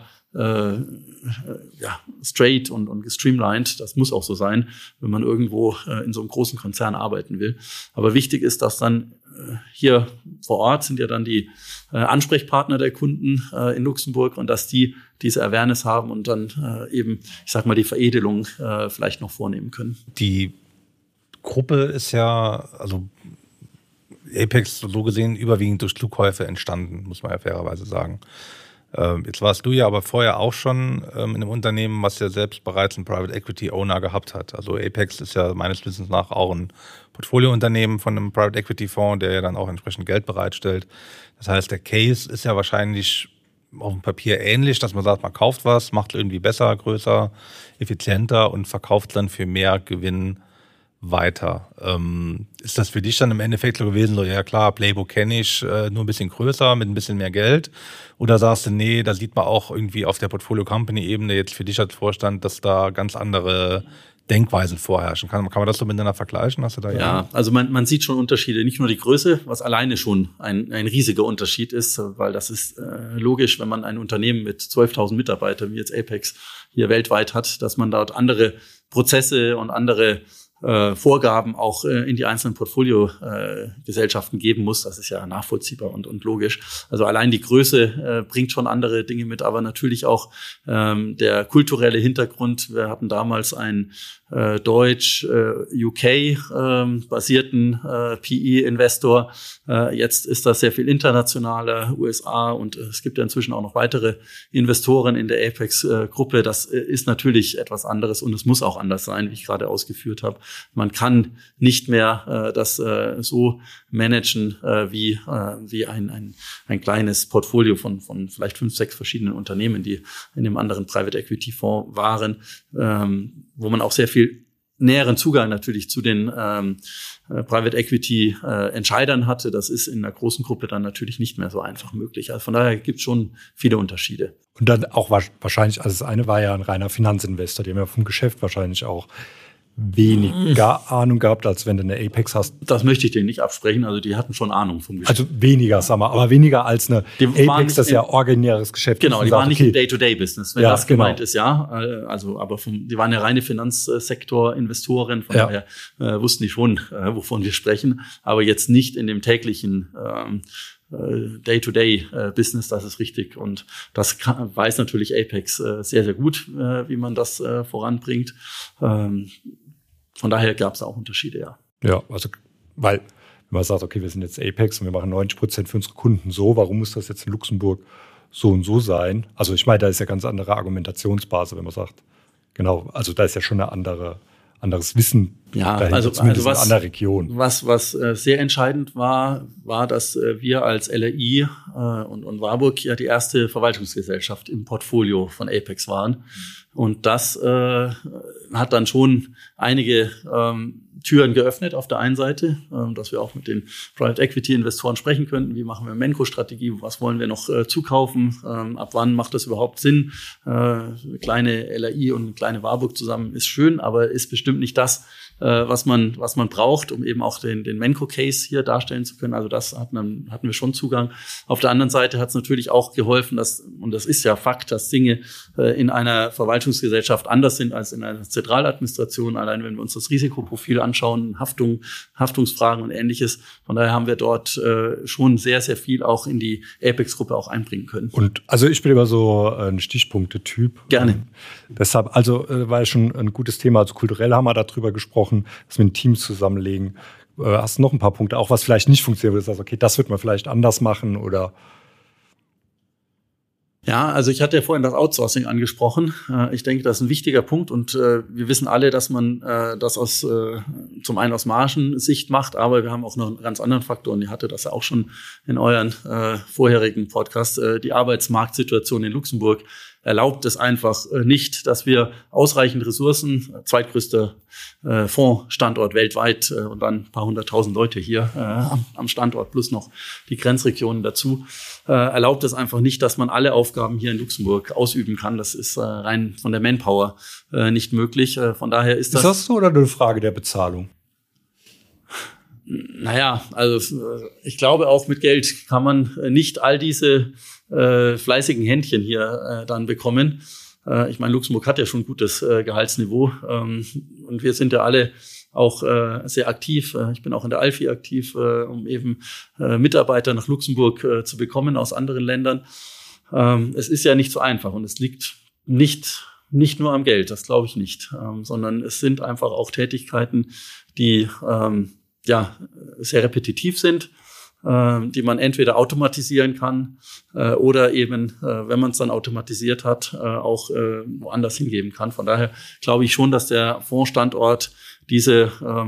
straight und gestreamlined. Das muss auch so sein, wenn man irgendwo in so einem großen Konzern arbeiten will. Aber wichtig ist, dass dann hier vor Ort sind ja dann die Ansprechpartner der Kunden in Luxemburg und dass die diese Awareness haben und dann eben, ich sag mal, die Veredelung vielleicht noch vornehmen können. Die Gruppe ist ja, also Apex so gesehen überwiegend durch Klugkäufe entstanden, muss man ja fairerweise sagen. Jetzt warst du ja aber vorher auch schon in einem Unternehmen, was ja selbst bereits einen Private Equity Owner gehabt hat. Also Apex ist ja meines Wissens nach auch ein Portfoliounternehmen von einem Private Equity Fonds, der ja dann auch entsprechend Geld bereitstellt. Das heißt, der Case ist ja wahrscheinlich auf dem Papier ähnlich, dass man sagt, man kauft was, macht irgendwie besser, größer, effizienter und verkauft dann für mehr Gewinn weiter. Ist das für dich dann im Endeffekt so gewesen, so ja klar, Playbook kenne ich, nur ein bisschen größer, mit ein bisschen mehr Geld? Oder sagst du, nee, da sieht man auch irgendwie auf der Portfolio-Company-Ebene jetzt für dich als Vorstand, dass da ganz andere Denkweisen vorherrschen? Kann man das so miteinander vergleichen? Hast du da ja, also man sieht schon Unterschiede, nicht nur die Größe, was alleine schon ein riesiger Unterschied ist, weil das ist logisch, wenn man ein Unternehmen mit 12.000 Mitarbeitern wie jetzt Apex hier weltweit hat, dass man dort andere Prozesse und andere Vorgaben auch in die einzelnen Portfolio-Gesellschaften geben muss. Das ist ja nachvollziehbar und logisch. Also allein die Größe bringt schon andere Dinge mit, aber natürlich auch der kulturelle Hintergrund. Wir hatten damals einen deutsch-UK-basierten PE-Investor. Jetzt ist das sehr viel internationaler, USA, und es gibt ja inzwischen auch noch weitere Investoren in der Apex-Gruppe. Das ist natürlich etwas anderes und es muss auch anders sein, wie ich gerade ausgeführt habe. Man kann nicht mehr das so managen wie ein kleines Portfolio von vielleicht 5, 6 verschiedenen Unternehmen, die in dem anderen Private Equity Fonds waren, wo man auch sehr viel näheren Zugang natürlich zu den Private Equity Entscheidern hatte. Das ist in einer großen Gruppe dann natürlich nicht mehr so einfach möglich. Also von daher gibt es schon viele Unterschiede. Und dann auch wahrscheinlich, also das eine war ja ein reiner Finanzinvestor, die haben ja vom Geschäft wahrscheinlich auch weniger Ahnung gehabt, als wenn du eine Apex hast? Das möchte ich denen nicht absprechen. Also die hatten schon Ahnung vom Geschäft. Also weniger, sag mal, aber weniger als eine Apex, das ist ja originäres Geschäft. Genau, die waren nicht im Day-to-Day-Business, wenn das gemeint ist, ja. Also, aber die waren ja reine Finanzsektor-Investoren, von daher wussten die schon, wovon wir sprechen, aber jetzt nicht in dem täglichen Day-to-Day-Business, das ist richtig. Und das weiß natürlich Apex sehr, sehr gut, wie man das voranbringt. Von daher gab es auch Unterschiede, ja. Ja, also, weil, wenn man sagt, okay, wir sind jetzt Apex und wir machen 90% für unsere Kunden so, warum muss das jetzt in Luxemburg so und so sein? Also, ich meine, da ist ja ganz andere Argumentationsbasis, wenn man sagt, genau, also da ist ja schon anderes Wissen dahinter, also zumindest in einer Region. Was sehr entscheidend war, dass wir als LRI und Warburg ja die erste Verwaltungsgesellschaft im Portfolio von Apex waren. Und das hat dann schon einige Türen geöffnet auf der einen Seite, dass wir auch mit den Private Equity Investoren sprechen könnten. Wie machen wir Menco-Strategie? Was wollen wir noch zukaufen? Ab wann macht das überhaupt Sinn? Eine kleine LRI und eine kleine Warburg zusammen ist schön, aber ist bestimmt nicht das, was man braucht, um eben auch den Menco-Case hier darstellen zu können. Also das hatten wir schon Zugang. Auf der anderen Seite hat es natürlich auch geholfen, und das ist ja Fakt, dass Dinge in einer Verwaltungsgesellschaft anders sind als in einer Zentraladministration. Allein wenn wir uns das Risikoprofil anschauen, Haftungsfragen und Ähnliches. Von daher haben wir dort schon sehr, sehr viel auch in die Apex-Gruppe auch einbringen können. Und also ich bin immer so ein Stichpunkte-Typ. Gerne. Deshalb, also war ja schon ein gutes Thema. Also kulturell haben wir darüber gesprochen, dass wir ein Team zusammenlegen. Hast du noch ein paar Punkte, auch was vielleicht nicht funktioniert, wo du sagst, okay, das wird man vielleicht anders machen oder? Ja, also ich hatte ja vorhin das Outsourcing angesprochen. Ich denke, das ist ein wichtiger Punkt und wir wissen alle, dass man das zum einen aus Margensicht macht, aber wir haben auch noch einen ganz anderen Faktor und ihr hattet das ja auch schon in euren vorherigen Podcast. Die Arbeitsmarktsituation in Luxemburg erlaubt es einfach nicht, dass wir ausreichend Ressourcen, zweitgrößter Fondsstandort weltweit und dann ein paar 100.000 Leute hier am Standort plus noch die Grenzregionen dazu, erlaubt es einfach nicht, dass man alle Aufgaben hier in Luxemburg ausüben kann. Das ist rein von der Manpower nicht möglich. Von daher ist das... Ist das so oder eine Frage der Bezahlung? Naja, also ich glaube, auch mit Geld kann man nicht all diese fleißigen Händchen hier dann bekommen. Ich meine, Luxemburg hat ja schon ein gutes Gehaltsniveau und wir sind ja alle auch sehr aktiv. Ich bin auch in der ALFI aktiv, um eben Mitarbeiter nach Luxemburg zu bekommen aus anderen Ländern. Es ist ja nicht so einfach und es liegt nicht nur am Geld, das glaube ich nicht, sondern es sind einfach auch Tätigkeiten, die sehr repetitiv sind, die man entweder automatisieren kann oder eben, wenn man es dann automatisiert hat, auch woanders hingeben kann. Von daher glaube ich schon, dass der Fondsstandort diese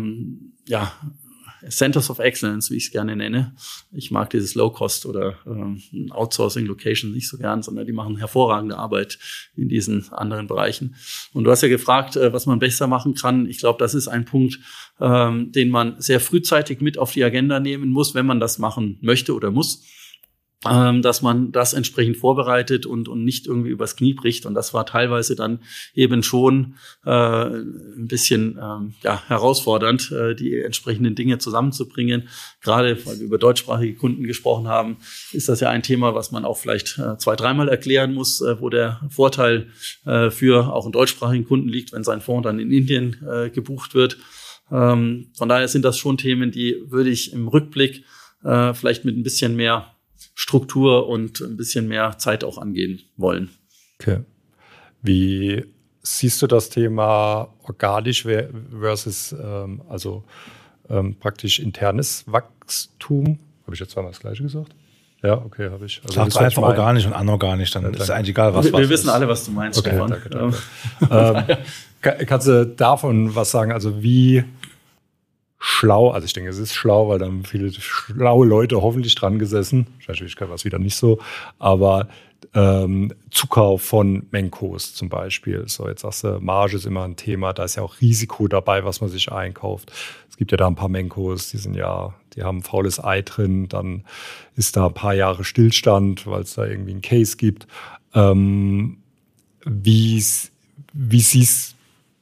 Centers of Excellence, wie ich es gerne nenne. Ich mag dieses Low-Cost oder Outsourcing-Location nicht so gern, sondern die machen hervorragende Arbeit in diesen anderen Bereichen. Und du hast ja gefragt, was man besser machen kann. Ich glaube, das ist ein Punkt, den man sehr frühzeitig mit auf die Agenda nehmen muss, wenn man das machen möchte oder muss, dass man das entsprechend vorbereitet und nicht irgendwie übers Knie bricht. Und das war teilweise dann eben schon ein bisschen herausfordernd, die entsprechenden Dinge zusammenzubringen. Gerade weil wir über deutschsprachige Kunden gesprochen haben, ist das ja ein Thema, was man auch vielleicht 2-3 Mal erklären muss, wo der Vorteil für auch einen deutschsprachigen Kunden liegt, wenn sein Fonds dann in Indien gebucht wird. Von daher sind das schon Themen, die würde ich im Rückblick vielleicht mit ein bisschen mehr Struktur und ein bisschen mehr Zeit auch angehen wollen. Okay. Wie siehst du das Thema organisch versus praktisch internes Wachstum? Habe ich jetzt zweimal das Gleiche gesagt? Ja, okay, habe ich. Also das einfach organisch und anorganisch, dann ist es eigentlich egal, was wir wissen alle, was du meinst, okay, Stefan. Danke. Kannst du davon was sagen? Also wie schlau, also ich denke, es ist schlau, weil da haben viele schlaue Leute hoffentlich dran gesessen. Natürlich war es wieder nicht so, aber Zukauf von Menkos zum Beispiel. So, jetzt sagst du, Marge ist immer ein Thema, da ist ja auch Risiko dabei, was man sich einkauft. Es gibt ja da ein paar Menkos, die haben ein faules Ei drin, dann ist da ein paar Jahre Stillstand, weil es da irgendwie einen Case gibt. Wie siehst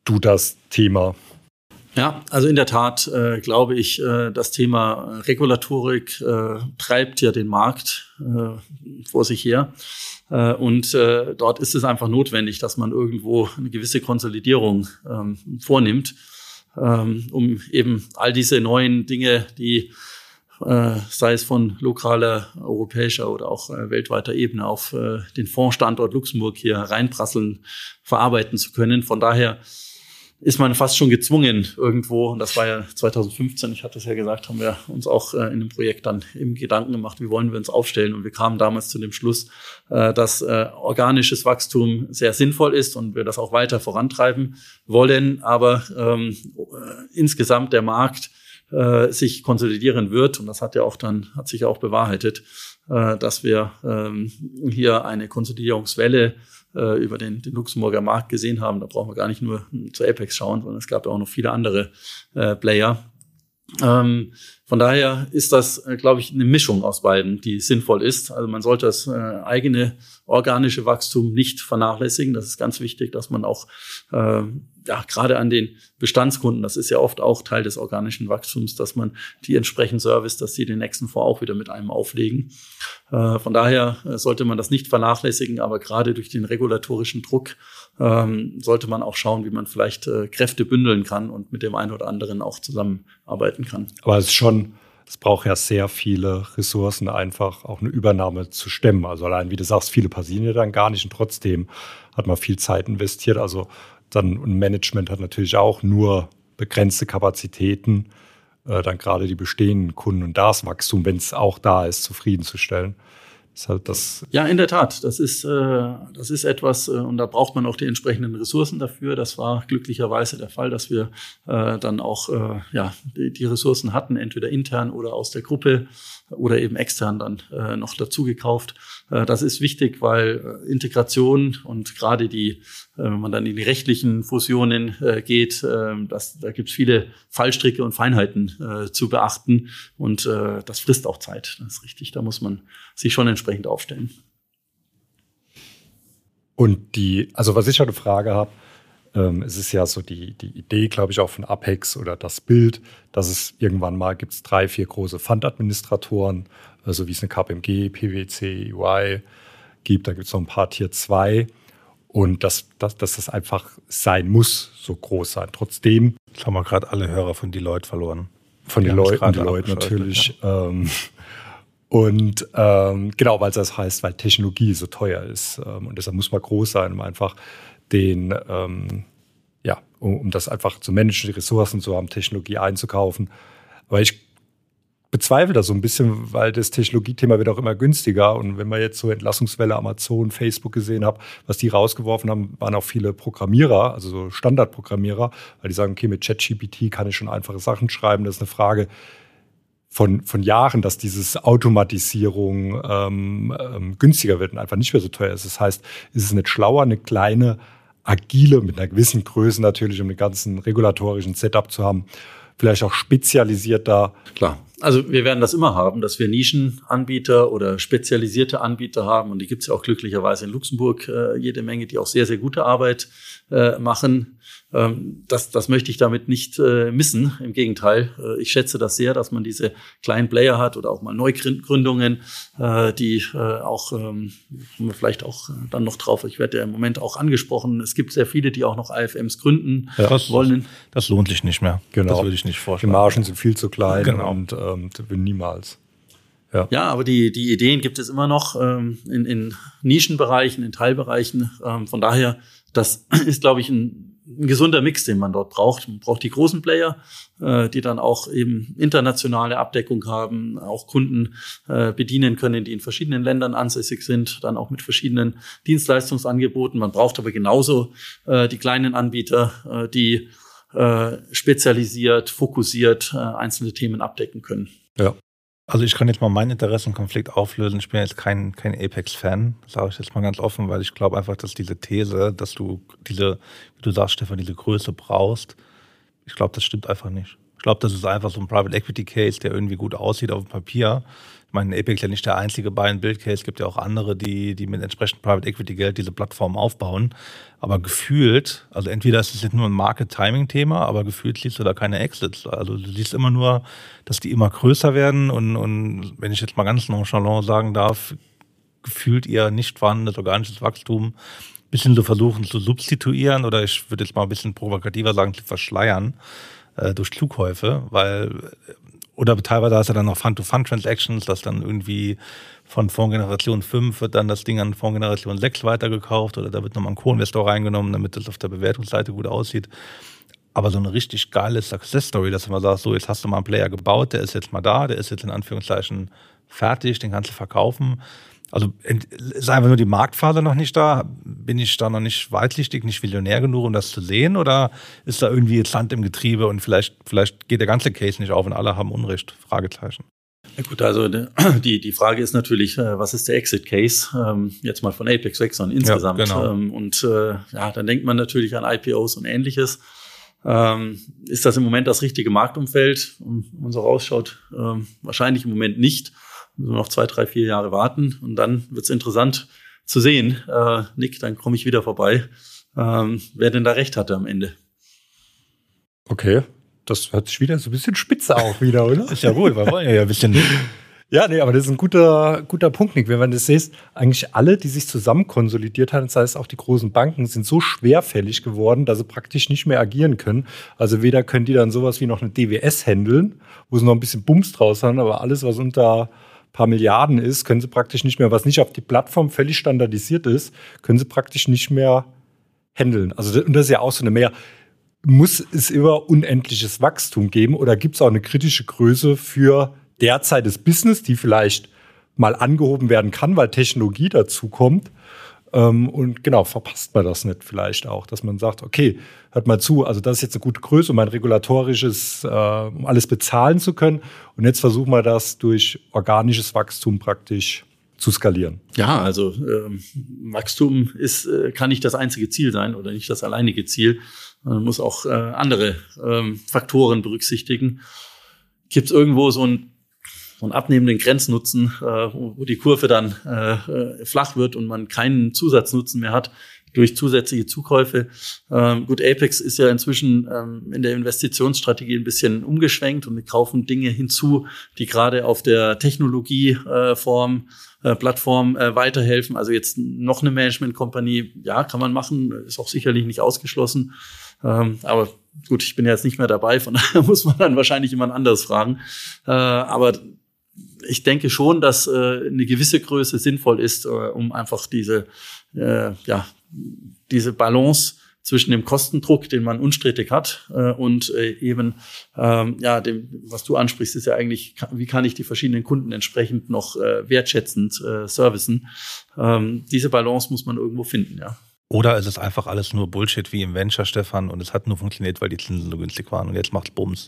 du das Thema? Ja, also in der Tat glaube ich, das Thema Regulatorik treibt ja den Markt vor sich her. Und dort ist es einfach notwendig, dass man irgendwo eine gewisse Konsolidierung vornimmt, um eben all diese neuen Dinge, die sei es von lokaler, europäischer oder auch weltweiter Ebene auf den Fondsstandort Luxemburg hier reinprasseln, verarbeiten zu können. Von daher ist man fast schon gezwungen irgendwo, und das war ja 2015, ich hatte es ja gesagt, haben wir uns auch in dem Projekt dann eben Gedanken gemacht, wie wollen wir uns aufstellen, und wir kamen damals zu dem Schluss, dass organisches Wachstum sehr sinnvoll ist und wir das auch weiter vorantreiben wollen, aber insgesamt der Markt sich konsolidieren wird, und das hat sich ja auch bewahrheitet, dass wir hier eine Konsolidierungswelle über den Luxemburger Markt gesehen haben. Da brauchen wir gar nicht nur zu Apex schauen, sondern es gab ja auch noch viele andere Player. Von daher ist das, glaube ich, eine Mischung aus beiden, die sinnvoll ist. Also man sollte das eigene organische Wachstum nicht vernachlässigen. Das ist ganz wichtig, dass man auch gerade an den Bestandskunden, das ist ja oft auch Teil des organischen Wachstums, dass man die entsprechend service, dass sie den nächsten Fonds auch wieder mit einem auflegen. Von daher sollte man das nicht vernachlässigen, aber gerade durch den regulatorischen Druck sollte man auch schauen, wie man vielleicht Kräfte bündeln kann und mit dem einen oder anderen auch zusammenarbeiten kann. Aber es braucht ja sehr viele Ressourcen, einfach auch eine Übernahme zu stemmen. Also allein, wie du sagst, viele passieren ja dann gar nicht und trotzdem hat man viel Zeit investiert. Also dann ein Management hat natürlich auch nur begrenzte Kapazitäten, dann gerade die bestehenden Kunden und das Wachstum, wenn es auch da ist, zufriedenzustellen. Ist halt das. Ja, in der Tat. Das ist etwas, und da braucht man auch die entsprechenden Ressourcen dafür. Das war glücklicherweise der Fall, dass wir dann auch die Ressourcen hatten, entweder intern oder aus der Gruppe oder eben extern dann noch dazu gekauft. Das ist wichtig, weil Integration und gerade wenn man dann in die rechtlichen Fusionen geht, da gibt es viele Fallstricke und Feinheiten zu beachten, und das frisst auch Zeit. Das ist richtig, da muss man sich schon entsprechend aufstellen. Und was ich halt eine Frage habe, es ist ja so die Idee, glaube ich, auch von Apex oder das Bild, dass es irgendwann mal gibt es 3, 4 große Fund-Administratoren, also wie es eine KPMG, PwC, EY gibt. Da gibt es noch ein paar Tier 2 und dass das einfach sein muss, so groß sein. Trotzdem. Jetzt haben wir gerade alle Hörer von Deloitte verloren. Von Deloitte natürlich. Ja. Genau, weil das heißt, weil Technologie so teuer ist. Und deshalb muss man groß sein, um einfach um das einfach zu managen, die Ressourcen zu haben, Technologie einzukaufen. Aber ich bezweifle das so ein bisschen, weil das Technologiethema wird auch immer günstiger. Und wenn man jetzt so Entlassungswelle Amazon, Facebook gesehen hat, was die rausgeworfen haben, waren auch viele Programmierer, also so Standardprogrammierer, weil die sagen, okay, mit ChatGPT kann ich schon einfache Sachen schreiben. Das ist eine Frage von Jahren, dass diese Automatisierung günstiger wird und einfach nicht mehr so teuer ist. Das heißt, ist es nicht schlauer, eine kleine, agile, mit einer gewissen Größe natürlich, um den ganzen regulatorischen Setup zu haben, vielleicht auch spezialisierter. Klar. Also wir werden das immer haben, dass wir Nischenanbieter oder spezialisierte Anbieter haben. Und die gibt es ja auch glücklicherweise in Luxemburg jede Menge, die auch sehr, sehr gute Arbeit machen. Das möchte ich damit nicht missen. Im Gegenteil, ich schätze das sehr, dass man diese kleinen Player hat oder auch mal Neugründungen, die auch, vielleicht auch dann noch drauf, ich werde ja im Moment auch angesprochen, es gibt sehr viele, die auch noch AFMs gründen wollen. Das lohnt sich nicht mehr. Genau. Das würde ich nicht vorstellen. Die Margen sind viel zu klein, genau. Und niemals. Ja, aber die Ideen gibt es immer noch in Nischenbereichen, in Teilbereichen. Von daher, das ist, glaube ich, ein gesunder Mix, den man dort braucht. Man braucht die großen Player, die dann auch eben internationale Abdeckung haben, auch Kunden bedienen können, die in verschiedenen Ländern ansässig sind, dann auch mit verschiedenen Dienstleistungsangeboten. Man braucht aber genauso die kleinen Anbieter, die spezialisiert, fokussiert einzelne Themen abdecken können. Ja. Also ich kann jetzt mal meinen Interessenkonflikt auflösen. Ich bin jetzt kein Apex-Fan, sage ich jetzt mal ganz offen, weil ich glaube einfach, dass diese These, dass du wie du sagst, Stefan, diese Größe brauchst, ich glaube, das stimmt einfach nicht. Ich glaube, das ist einfach so ein Private Equity Case, der irgendwie gut aussieht auf dem Papier. Ich meine, Apex ist ja nicht der einzige Buy-and-Build-Case, es gibt ja auch andere, die mit entsprechend Private Equity Geld diese Plattform aufbauen. Aber gefühlt, also entweder ist es jetzt nur ein Market-Timing-Thema, aber gefühlt siehst du da keine Exits. Also du siehst immer nur, dass die immer größer werden und wenn ich jetzt mal ganz nonchalant sagen darf, gefühlt eher nicht vorhandenes organisches Wachstum ein bisschen zu versuchen zu substituieren oder ich würde jetzt mal ein bisschen provokativer sagen, zu verschleiern durch Zukäufe, weil oder teilweise hast du dann noch Fund-to-Fund-Transactions, dass dann irgendwie von Fondsgeneration 5 wird dann das Ding an Fondsgeneration 6 weitergekauft oder da wird nochmal ein Co-Investor reingenommen, damit das auf der Bewertungsseite gut aussieht. Aber so eine richtig geile Success-Story, dass du mal sagst, so jetzt hast du mal einen Player gebaut, der ist jetzt mal da, der ist jetzt in Anführungszeichen fertig, den kannst du verkaufen. Also ist einfach nur die Marktphase noch nicht da? Bin ich da noch nicht weitsichtig, nicht visionär genug, um das zu sehen? Oder ist da irgendwie jetzt Land im Getriebe und vielleicht geht der ganze Case nicht auf und alle haben Unrecht? Fragezeichen. Ja gut, also die Frage ist natürlich, was ist der Exit-Case? Jetzt mal von Apex weg, sondern insgesamt. Ja, genau. Dann denkt man natürlich an IPOs und Ähnliches. Ist das im Moment das richtige Marktumfeld? Und wenn man so rausschaut, wahrscheinlich im Moment nicht. Müssen wir noch 2, 3, 4 Jahre warten und dann wird's interessant zu sehen. Nick, dann komme ich wieder vorbei, wer denn da recht hatte am Ende. Okay, das hört sich wieder so ein bisschen spitze auf wieder, oder? Ist ja gut, wir wollen ja ein bisschen. Ja, nee, aber das ist ein guter Punkt, Nick. Wenn man das sieht, eigentlich alle, die sich zusammen konsolidiert haben, das heißt auch die großen Banken, sind so schwerfällig geworden, dass sie praktisch nicht mehr agieren können. Also weder können die dann sowas wie noch eine DWS handeln, wo sie noch ein bisschen Bums draus haben, aber alles, was unter paar Milliarden ist, können sie praktisch nicht mehr, was nicht auf die Plattform völlig standardisiert ist, können sie praktisch nicht mehr handeln. Also und das ist ja auch so eine mehr. Muss es immer unendliches Wachstum geben oder gibt es auch eine kritische Größe für derzeit das Business, die vielleicht mal angehoben werden kann, weil Technologie dazu kommt? Und genau, verpasst man das nicht vielleicht auch, dass man sagt, okay, hört mal zu, also das ist jetzt eine gute Größe, um ein regulatorisches, um alles bezahlen zu können. Und jetzt versuchen wir das durch organisches Wachstum praktisch zu skalieren. Ja, also Wachstum kann nicht das einzige Ziel sein oder nicht das alleinige Ziel. Man muss auch andere Faktoren berücksichtigen. Gibt es irgendwo so einen abnehmenden Grenznutzen, wo die Kurve dann flach wird und man keinen Zusatznutzen mehr hat durch zusätzliche Zukäufe. Gut, Apex ist ja inzwischen in der Investitionsstrategie ein bisschen umgeschwenkt und wir kaufen Dinge hinzu, die gerade auf der Technologieplattform weiterhelfen. Also jetzt noch eine Management-Company, ja, kann man machen, ist auch sicherlich nicht ausgeschlossen. Aber gut, ich bin ja jetzt nicht mehr dabei, von daher muss man dann wahrscheinlich jemand anderes fragen. Aber ich denke schon, dass eine gewisse Größe sinnvoll ist, um einfach diese Balance zwischen dem Kostendruck, den man unstrittig hat, und dem, was du ansprichst, ist ja eigentlich, wie kann ich die verschiedenen Kunden entsprechend noch wertschätzend servicen. Diese Balance muss man irgendwo finden, ja. Oder ist es einfach alles nur Bullshit wie im Venture, Stefan, und es hat nur funktioniert, weil die Zinsen so günstig waren und jetzt macht's Bums.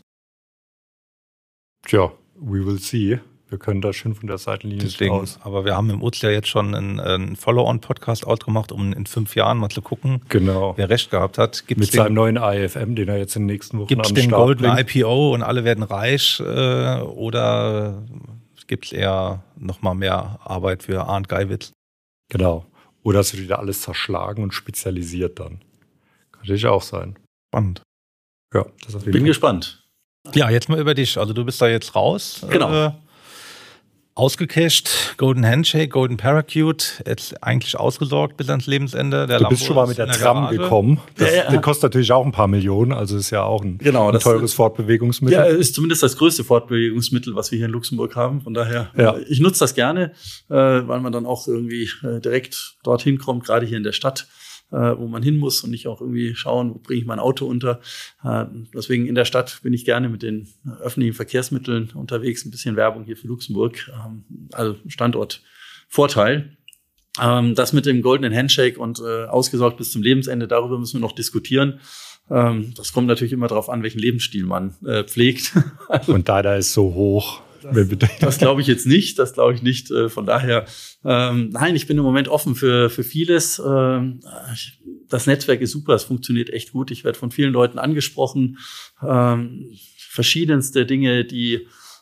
Tja, we will see. Wir können da schön von der Seitenlinie deswegen aus. Aber wir haben im UZ ja jetzt schon einen Follow-on-Podcast outgemacht, um in 5 Jahren mal zu gucken, wer recht gehabt hat. Mit seinem neuen IFM, den er jetzt in den nächsten Wochen am Start bringt. Gibt es den Golden IPO und alle werden reich oder gibt es eher noch mal mehr Arbeit für Arndt Geiwitz? Genau. Oder es wird wieder alles zerschlagen und spezialisiert dann. Kann natürlich auch sein. Spannend. Ja, das auf jeden Bin Fall gespannt. Ja, jetzt mal über dich. Also du bist da jetzt raus. Genau. Ausgecasht, Golden Handshake, Golden Parachute, jetzt eigentlich ausgesorgt bis ans Lebensende. Du bist schon mal mit der Tram gekommen. Das kostet natürlich auch ein paar Millionen, also ist ja auch ein teures Fortbewegungsmittel. Ja, ist zumindest das größte Fortbewegungsmittel, was wir hier in Luxemburg haben. Von daher, ich nutze das gerne, weil man dann auch irgendwie direkt dorthin kommt, gerade hier in der Stadt, wo man hin muss und nicht auch irgendwie schauen, wo bringe ich mein Auto unter. Deswegen in der Stadt bin ich gerne mit den öffentlichen Verkehrsmitteln unterwegs. Ein bisschen Werbung hier für Luxemburg, also Standortvorteil. Das mit dem goldenen Handshake und ausgesorgt bis zum Lebensende, darüber müssen wir noch diskutieren. Das kommt natürlich immer darauf an, welchen Lebensstil man pflegt. Und da ist so hoch. Das glaube ich jetzt nicht, Von daher, nein, ich bin im Moment offen für vieles. Das Netzwerk ist super, es funktioniert echt gut. Ich werde von vielen Leuten angesprochen. Verschiedenste Dinge, die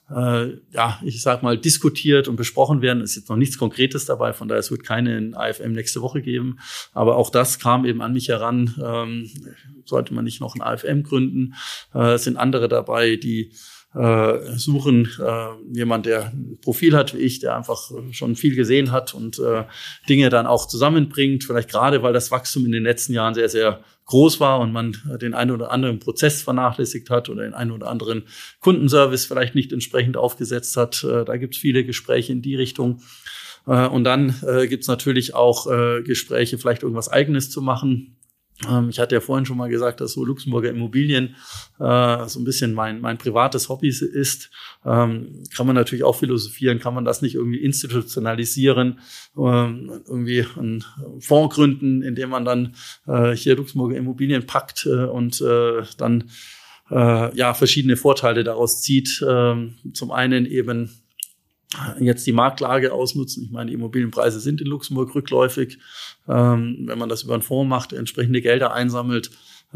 ich sag mal, diskutiert und besprochen werden. Es ist jetzt noch nichts Konkretes dabei, von daher es wird keine AFM nächste Woche geben. Aber auch das kam eben an mich heran. Sollte man nicht noch ein AFM gründen? Es sind andere dabei, die suchen jemand, der ein Profil hat wie ich, der einfach schon viel gesehen hat und Dinge dann auch zusammenbringt. Vielleicht gerade, weil das Wachstum in den letzten Jahren sehr, sehr groß war und man den einen oder anderen Prozess vernachlässigt hat oder den einen oder anderen Kundenservice vielleicht nicht entsprechend aufgesetzt hat. Da gibt es viele Gespräche in die Richtung. Und dann gibt es natürlich auch Gespräche, vielleicht irgendwas Eigenes zu machen. Ich hatte ja vorhin schon mal gesagt, dass so Luxemburger Immobilien so ein bisschen mein privates Hobby ist. Kann man natürlich auch philosophieren, kann man das nicht irgendwie institutionalisieren, irgendwie einen Fonds gründen, in dem man dann hier Luxemburger Immobilien packt und dann verschiedene Vorteile daraus zieht. Zum einen eben jetzt die Marktlage ausnutzen. Ich meine, die Immobilienpreise sind in Luxemburg rückläufig. Wenn man das über einen Fonds macht, entsprechende Gelder einsammelt,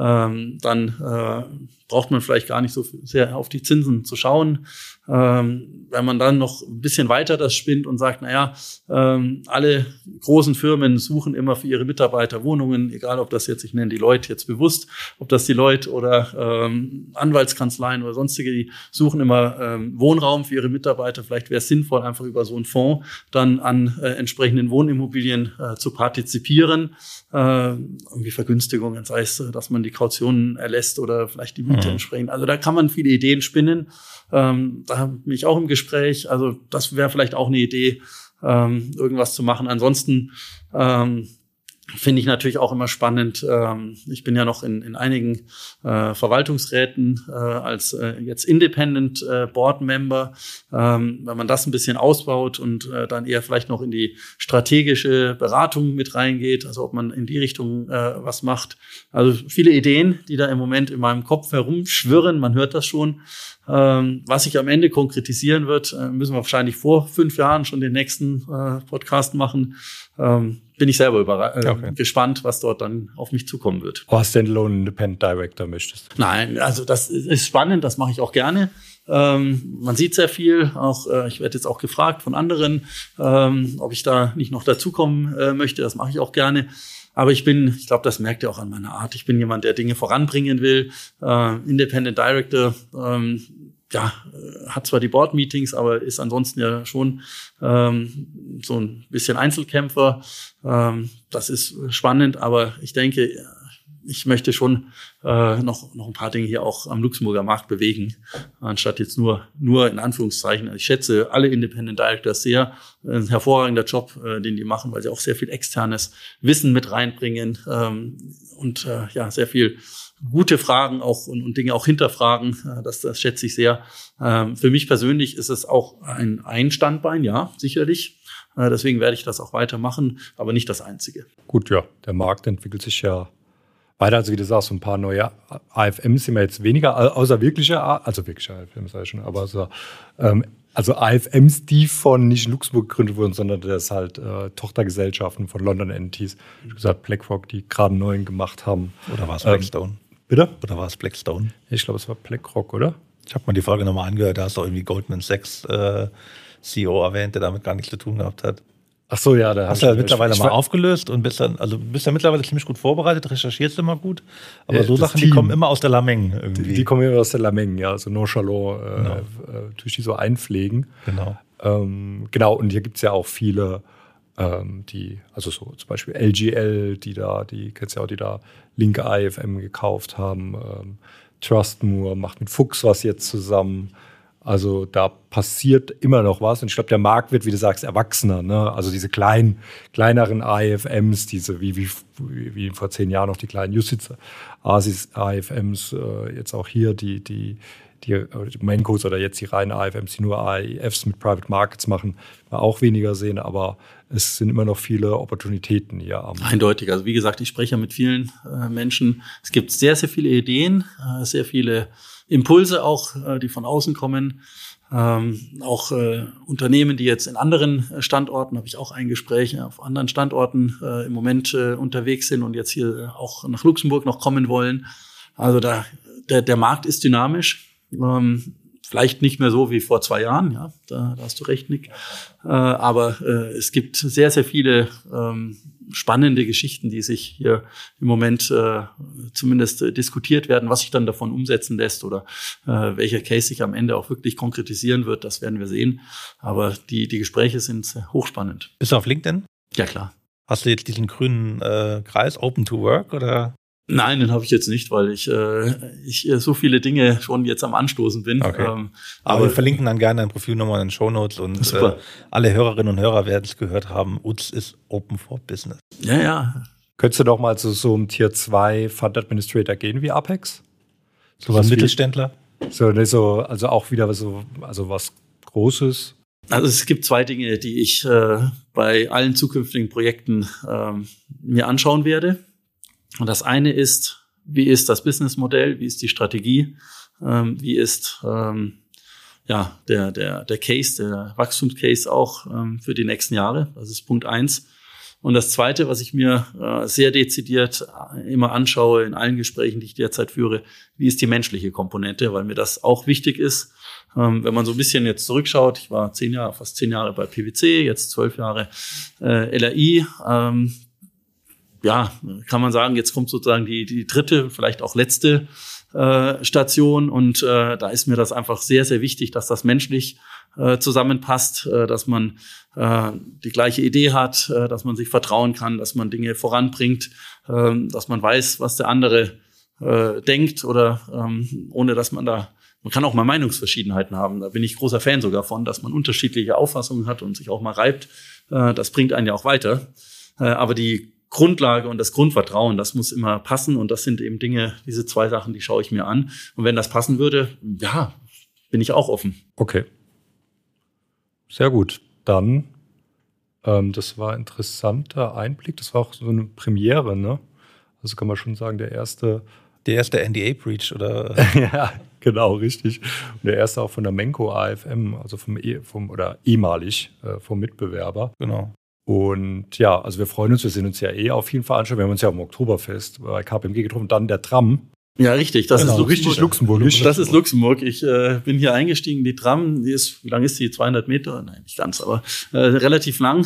dann braucht man vielleicht gar nicht so sehr auf die Zinsen zu schauen. Wenn man dann noch ein bisschen weiter das spinnt und sagt, alle großen Firmen suchen immer für ihre Mitarbeiter Wohnungen, egal ob das jetzt, ich nenne die Leute jetzt bewusst, ob das die Leute oder Anwaltskanzleien oder sonstige, die suchen immer Wohnraum für ihre Mitarbeiter. Vielleicht wäre es sinnvoll, einfach über so einen Fonds dann an entsprechenden Wohnimmobilien zu partizipieren. Irgendwie Vergünstigungen, sei es, dass man die Kautionen erlässt oder vielleicht die Miete entsprechend. Also da kann man viele Ideen spinnen. Da bin ich auch im Gespräch. Also das wäre vielleicht auch eine Idee, irgendwas zu machen. Ansonsten finde ich natürlich auch immer spannend. Ich bin ja noch in einigen Verwaltungsräten als jetzt Independent Board Member. Wenn man das ein bisschen ausbaut und dann eher vielleicht noch in die strategische Beratung mit reingeht, also ob man in die Richtung was macht. Also viele Ideen, die da im Moment in meinem Kopf herumschwirren. Man hört das schon. Was sich am Ende konkretisieren wird, müssen wir wahrscheinlich vor 5 Jahren schon den nächsten Podcast machen. Bin ich selber gespannt, was dort dann auf mich zukommen wird. Standalone Independent Director möchtest? Nein, also das ist spannend, das mache ich auch gerne. Man sieht sehr viel, auch ich werde jetzt auch gefragt von anderen, ob ich da nicht noch dazukommen möchte, das mache ich auch gerne. Aber ich glaube, das merkt ihr auch an meiner Art. Ich bin jemand, der Dinge voranbringen will. Independent Director, hat zwar die Board-Meetings, aber ist ansonsten ja schon so ein bisschen Einzelkämpfer. Das ist spannend, aber ich denke, ich möchte schon noch ein paar Dinge hier auch am Luxemburger Markt bewegen, anstatt jetzt nur in Anführungszeichen. Ich schätze alle Independent Directors sehr. Ein hervorragender Job, den die machen, weil sie auch sehr viel externes Wissen mit reinbringen und sehr viel gute Fragen auch und Dinge auch hinterfragen. Das schätze ich sehr. Für mich persönlich ist es auch ein Standbein, ja, sicherlich. Deswegen werde ich das auch weitermachen, aber nicht das einzige. Gut, ja, der Markt entwickelt sich ja weiter. Also wie du sagst, so ein paar neue AFMs sind wir jetzt weniger, außer wirkliche AFMs, sage ich schon, aber so, also AFMs, die von nicht in Luxemburg gegründet wurden, sondern das halt Tochtergesellschaften von London Entities, wie gesagt BlackRock, die gerade einen neuen gemacht haben. Oder war es Blackstone? Bitte? Oder war es Blackstone? Ich glaube, es war BlackRock, oder? Ich habe mal die Folge nochmal angehört, da hast du irgendwie Goldman Sachs CEO erwähnt, der damit gar nichts zu tun gehabt hat. Ach so, ja. Da hast du ja mittlerweile mal aufgelöst und bist ja mittlerweile ziemlich gut vorbereitet, recherchierst immer gut. Aber so Sachen, die kommen immer aus der Lameng irgendwie. Die kommen immer aus der Lameng, ja. Also nonchalant durch die so einpflegen. Genau. Genau, und hier gibt es ja auch viele, also so zum Beispiel LGL, die kennst du ja auch, die da linke AFM gekauft haben. Trustmoor macht mit Fuchs was jetzt zusammen. Also da passiert immer noch was. Und ich glaube, der Markt wird, wie du sagst, erwachsener. Ne? Also diese kleineren AFMs, diese wie vor 10 Jahren noch die kleinen Justiz-AFMs, jetzt auch hier die Mancos oder jetzt die reinen AFMs, die nur AIFs mit Private Markets machen, wir auch weniger sehen. Aber es sind immer noch viele Opportunitäten hier. Eindeutig. Also wie gesagt, ich spreche ja mit vielen Menschen. Es gibt sehr, sehr viele Ideen, sehr viele Impulse auch, die von außen kommen. Auch Unternehmen, die jetzt in anderen Standorten, habe ich auch ein Gespräch, auf anderen Standorten im Moment unterwegs sind und jetzt hier auch nach Luxemburg noch kommen wollen. Also der Markt ist dynamisch. Vielleicht nicht mehr so wie vor 2 Jahren, ja, da hast du recht, Nick. Aber es gibt sehr, sehr viele spannende Geschichten, die sich hier im Moment zumindest diskutiert werden, was sich dann davon umsetzen lässt oder welcher Case sich am Ende auch wirklich konkretisieren wird, das werden wir sehen. Aber die Gespräche sind hochspannend. Bist du auf LinkedIn? Ja, klar. Hast du jetzt diesen grünen Kreis, Open to Work, oder? Nein, den habe ich jetzt nicht, weil ich so viele Dinge schon jetzt am Anstoßen bin. Okay. Aber wir verlinken dann gerne dein Profil nochmal in den Shownotes und alle Hörerinnen und Hörer werden es gehört haben. UTZ ist Open for Business. Ja. Könntest du doch mal zu so einem Tier 2 Fund Administrator gehen wie Apex? Sowas Mittelständler? Also auch wieder was Großes. Also es gibt 2 Dinge, die ich bei allen zukünftigen Projekten mir anschauen werde. Und das eine ist, wie ist das Businessmodell, wie ist die Strategie, wie ist der Case, der Wachstumscase auch für die nächsten Jahre. Das ist Punkt 1. Und das Zweite, was ich mir sehr dezidiert immer anschaue in allen Gesprächen, die ich derzeit führe, wie ist die menschliche Komponente, weil mir das auch wichtig ist. Wenn man so ein bisschen jetzt zurückschaut, ich war fast 10 Jahre bei PwC, jetzt 12 Jahre LRI. Kann man sagen, jetzt kommt sozusagen die dritte, vielleicht auch letzte Station. Und da ist mir das einfach sehr, sehr wichtig, dass das menschlich zusammenpasst, dass man die gleiche Idee hat, dass man sich vertrauen kann, dass man Dinge voranbringt, dass man weiß, was der andere denkt oder ohne dass man kann auch mal Meinungsverschiedenheiten haben. Da bin ich großer Fan sogar von, dass man unterschiedliche Auffassungen hat und sich auch mal reibt. Das bringt einen ja auch weiter. Aber die Grundlage und das Grundvertrauen, das muss immer passen. Und das sind eben Dinge, diese 2 Sachen, die schaue ich mir an. Und wenn das passen würde, ja, bin ich auch offen. Okay. Sehr gut. Dann, das war ein interessanter Einblick. Das war auch so eine Premiere, ne? Also kann man schon sagen, der erste NDA-Breach, oder? Ja, genau, richtig. Und der erste auch von der Menko AFM, also ehemalig vom Mitbewerber. Genau. Und ja, also wir freuen uns, wir sind uns ja auf jeden Fall anschauen. Wir haben uns ja am Oktoberfest bei KPMG getroffen, dann der Tram. Ja, richtig, das ist richtig luxemburgisch. Das ist Luxemburg. Ich bin hier eingestiegen, die Tram, wie lang ist die? 200 Meter? Nein, nicht ganz, aber relativ lang.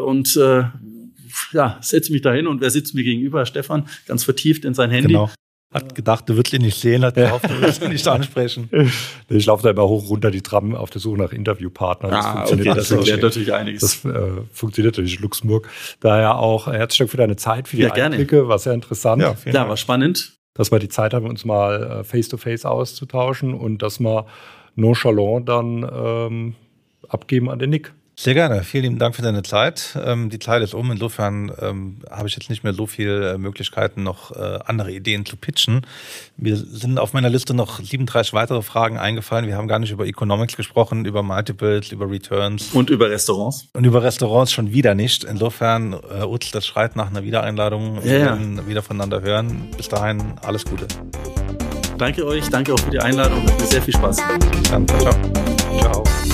Setze mich da hin und wer sitzt mir gegenüber? Stefan, ganz vertieft in sein Handy. Genau. Hat gedacht, du würdest ihn nicht sehen, hat gehofft, du würdest ihn nicht ansprechen. Ich laufe da immer hoch runter die Tram auf der Suche nach Interviewpartnern. Das erklärt natürlich einiges. Das funktioniert natürlich in Luxemburg. Daher auch herzlichen Dank für deine Zeit, für die Einblicke. Gerne. War sehr interessant. Ja, war spannend. Dass wir die Zeit haben, uns mal face-to-face auszutauschen und dass wir nonchalant dann abgeben an den Nick. Sehr gerne. Vielen lieben Dank für deine Zeit. Die Zeit ist um. Insofern habe ich jetzt nicht mehr so viele Möglichkeiten, noch andere Ideen zu pitchen. Mir sind auf meiner Liste noch 37 weitere Fragen eingefallen. Wir haben gar nicht über Economics gesprochen, über Multiples, über Returns. Und über Restaurants. Und über Restaurants schon wieder nicht. Insofern, UTZ, das schreit nach einer Wiedereinladung. Wir werden wieder voneinander hören. Bis dahin, alles Gute. Danke euch. Danke auch für die Einladung. Hat mir sehr viel Spaß gemacht. Bis dann. Ciao. Ciao.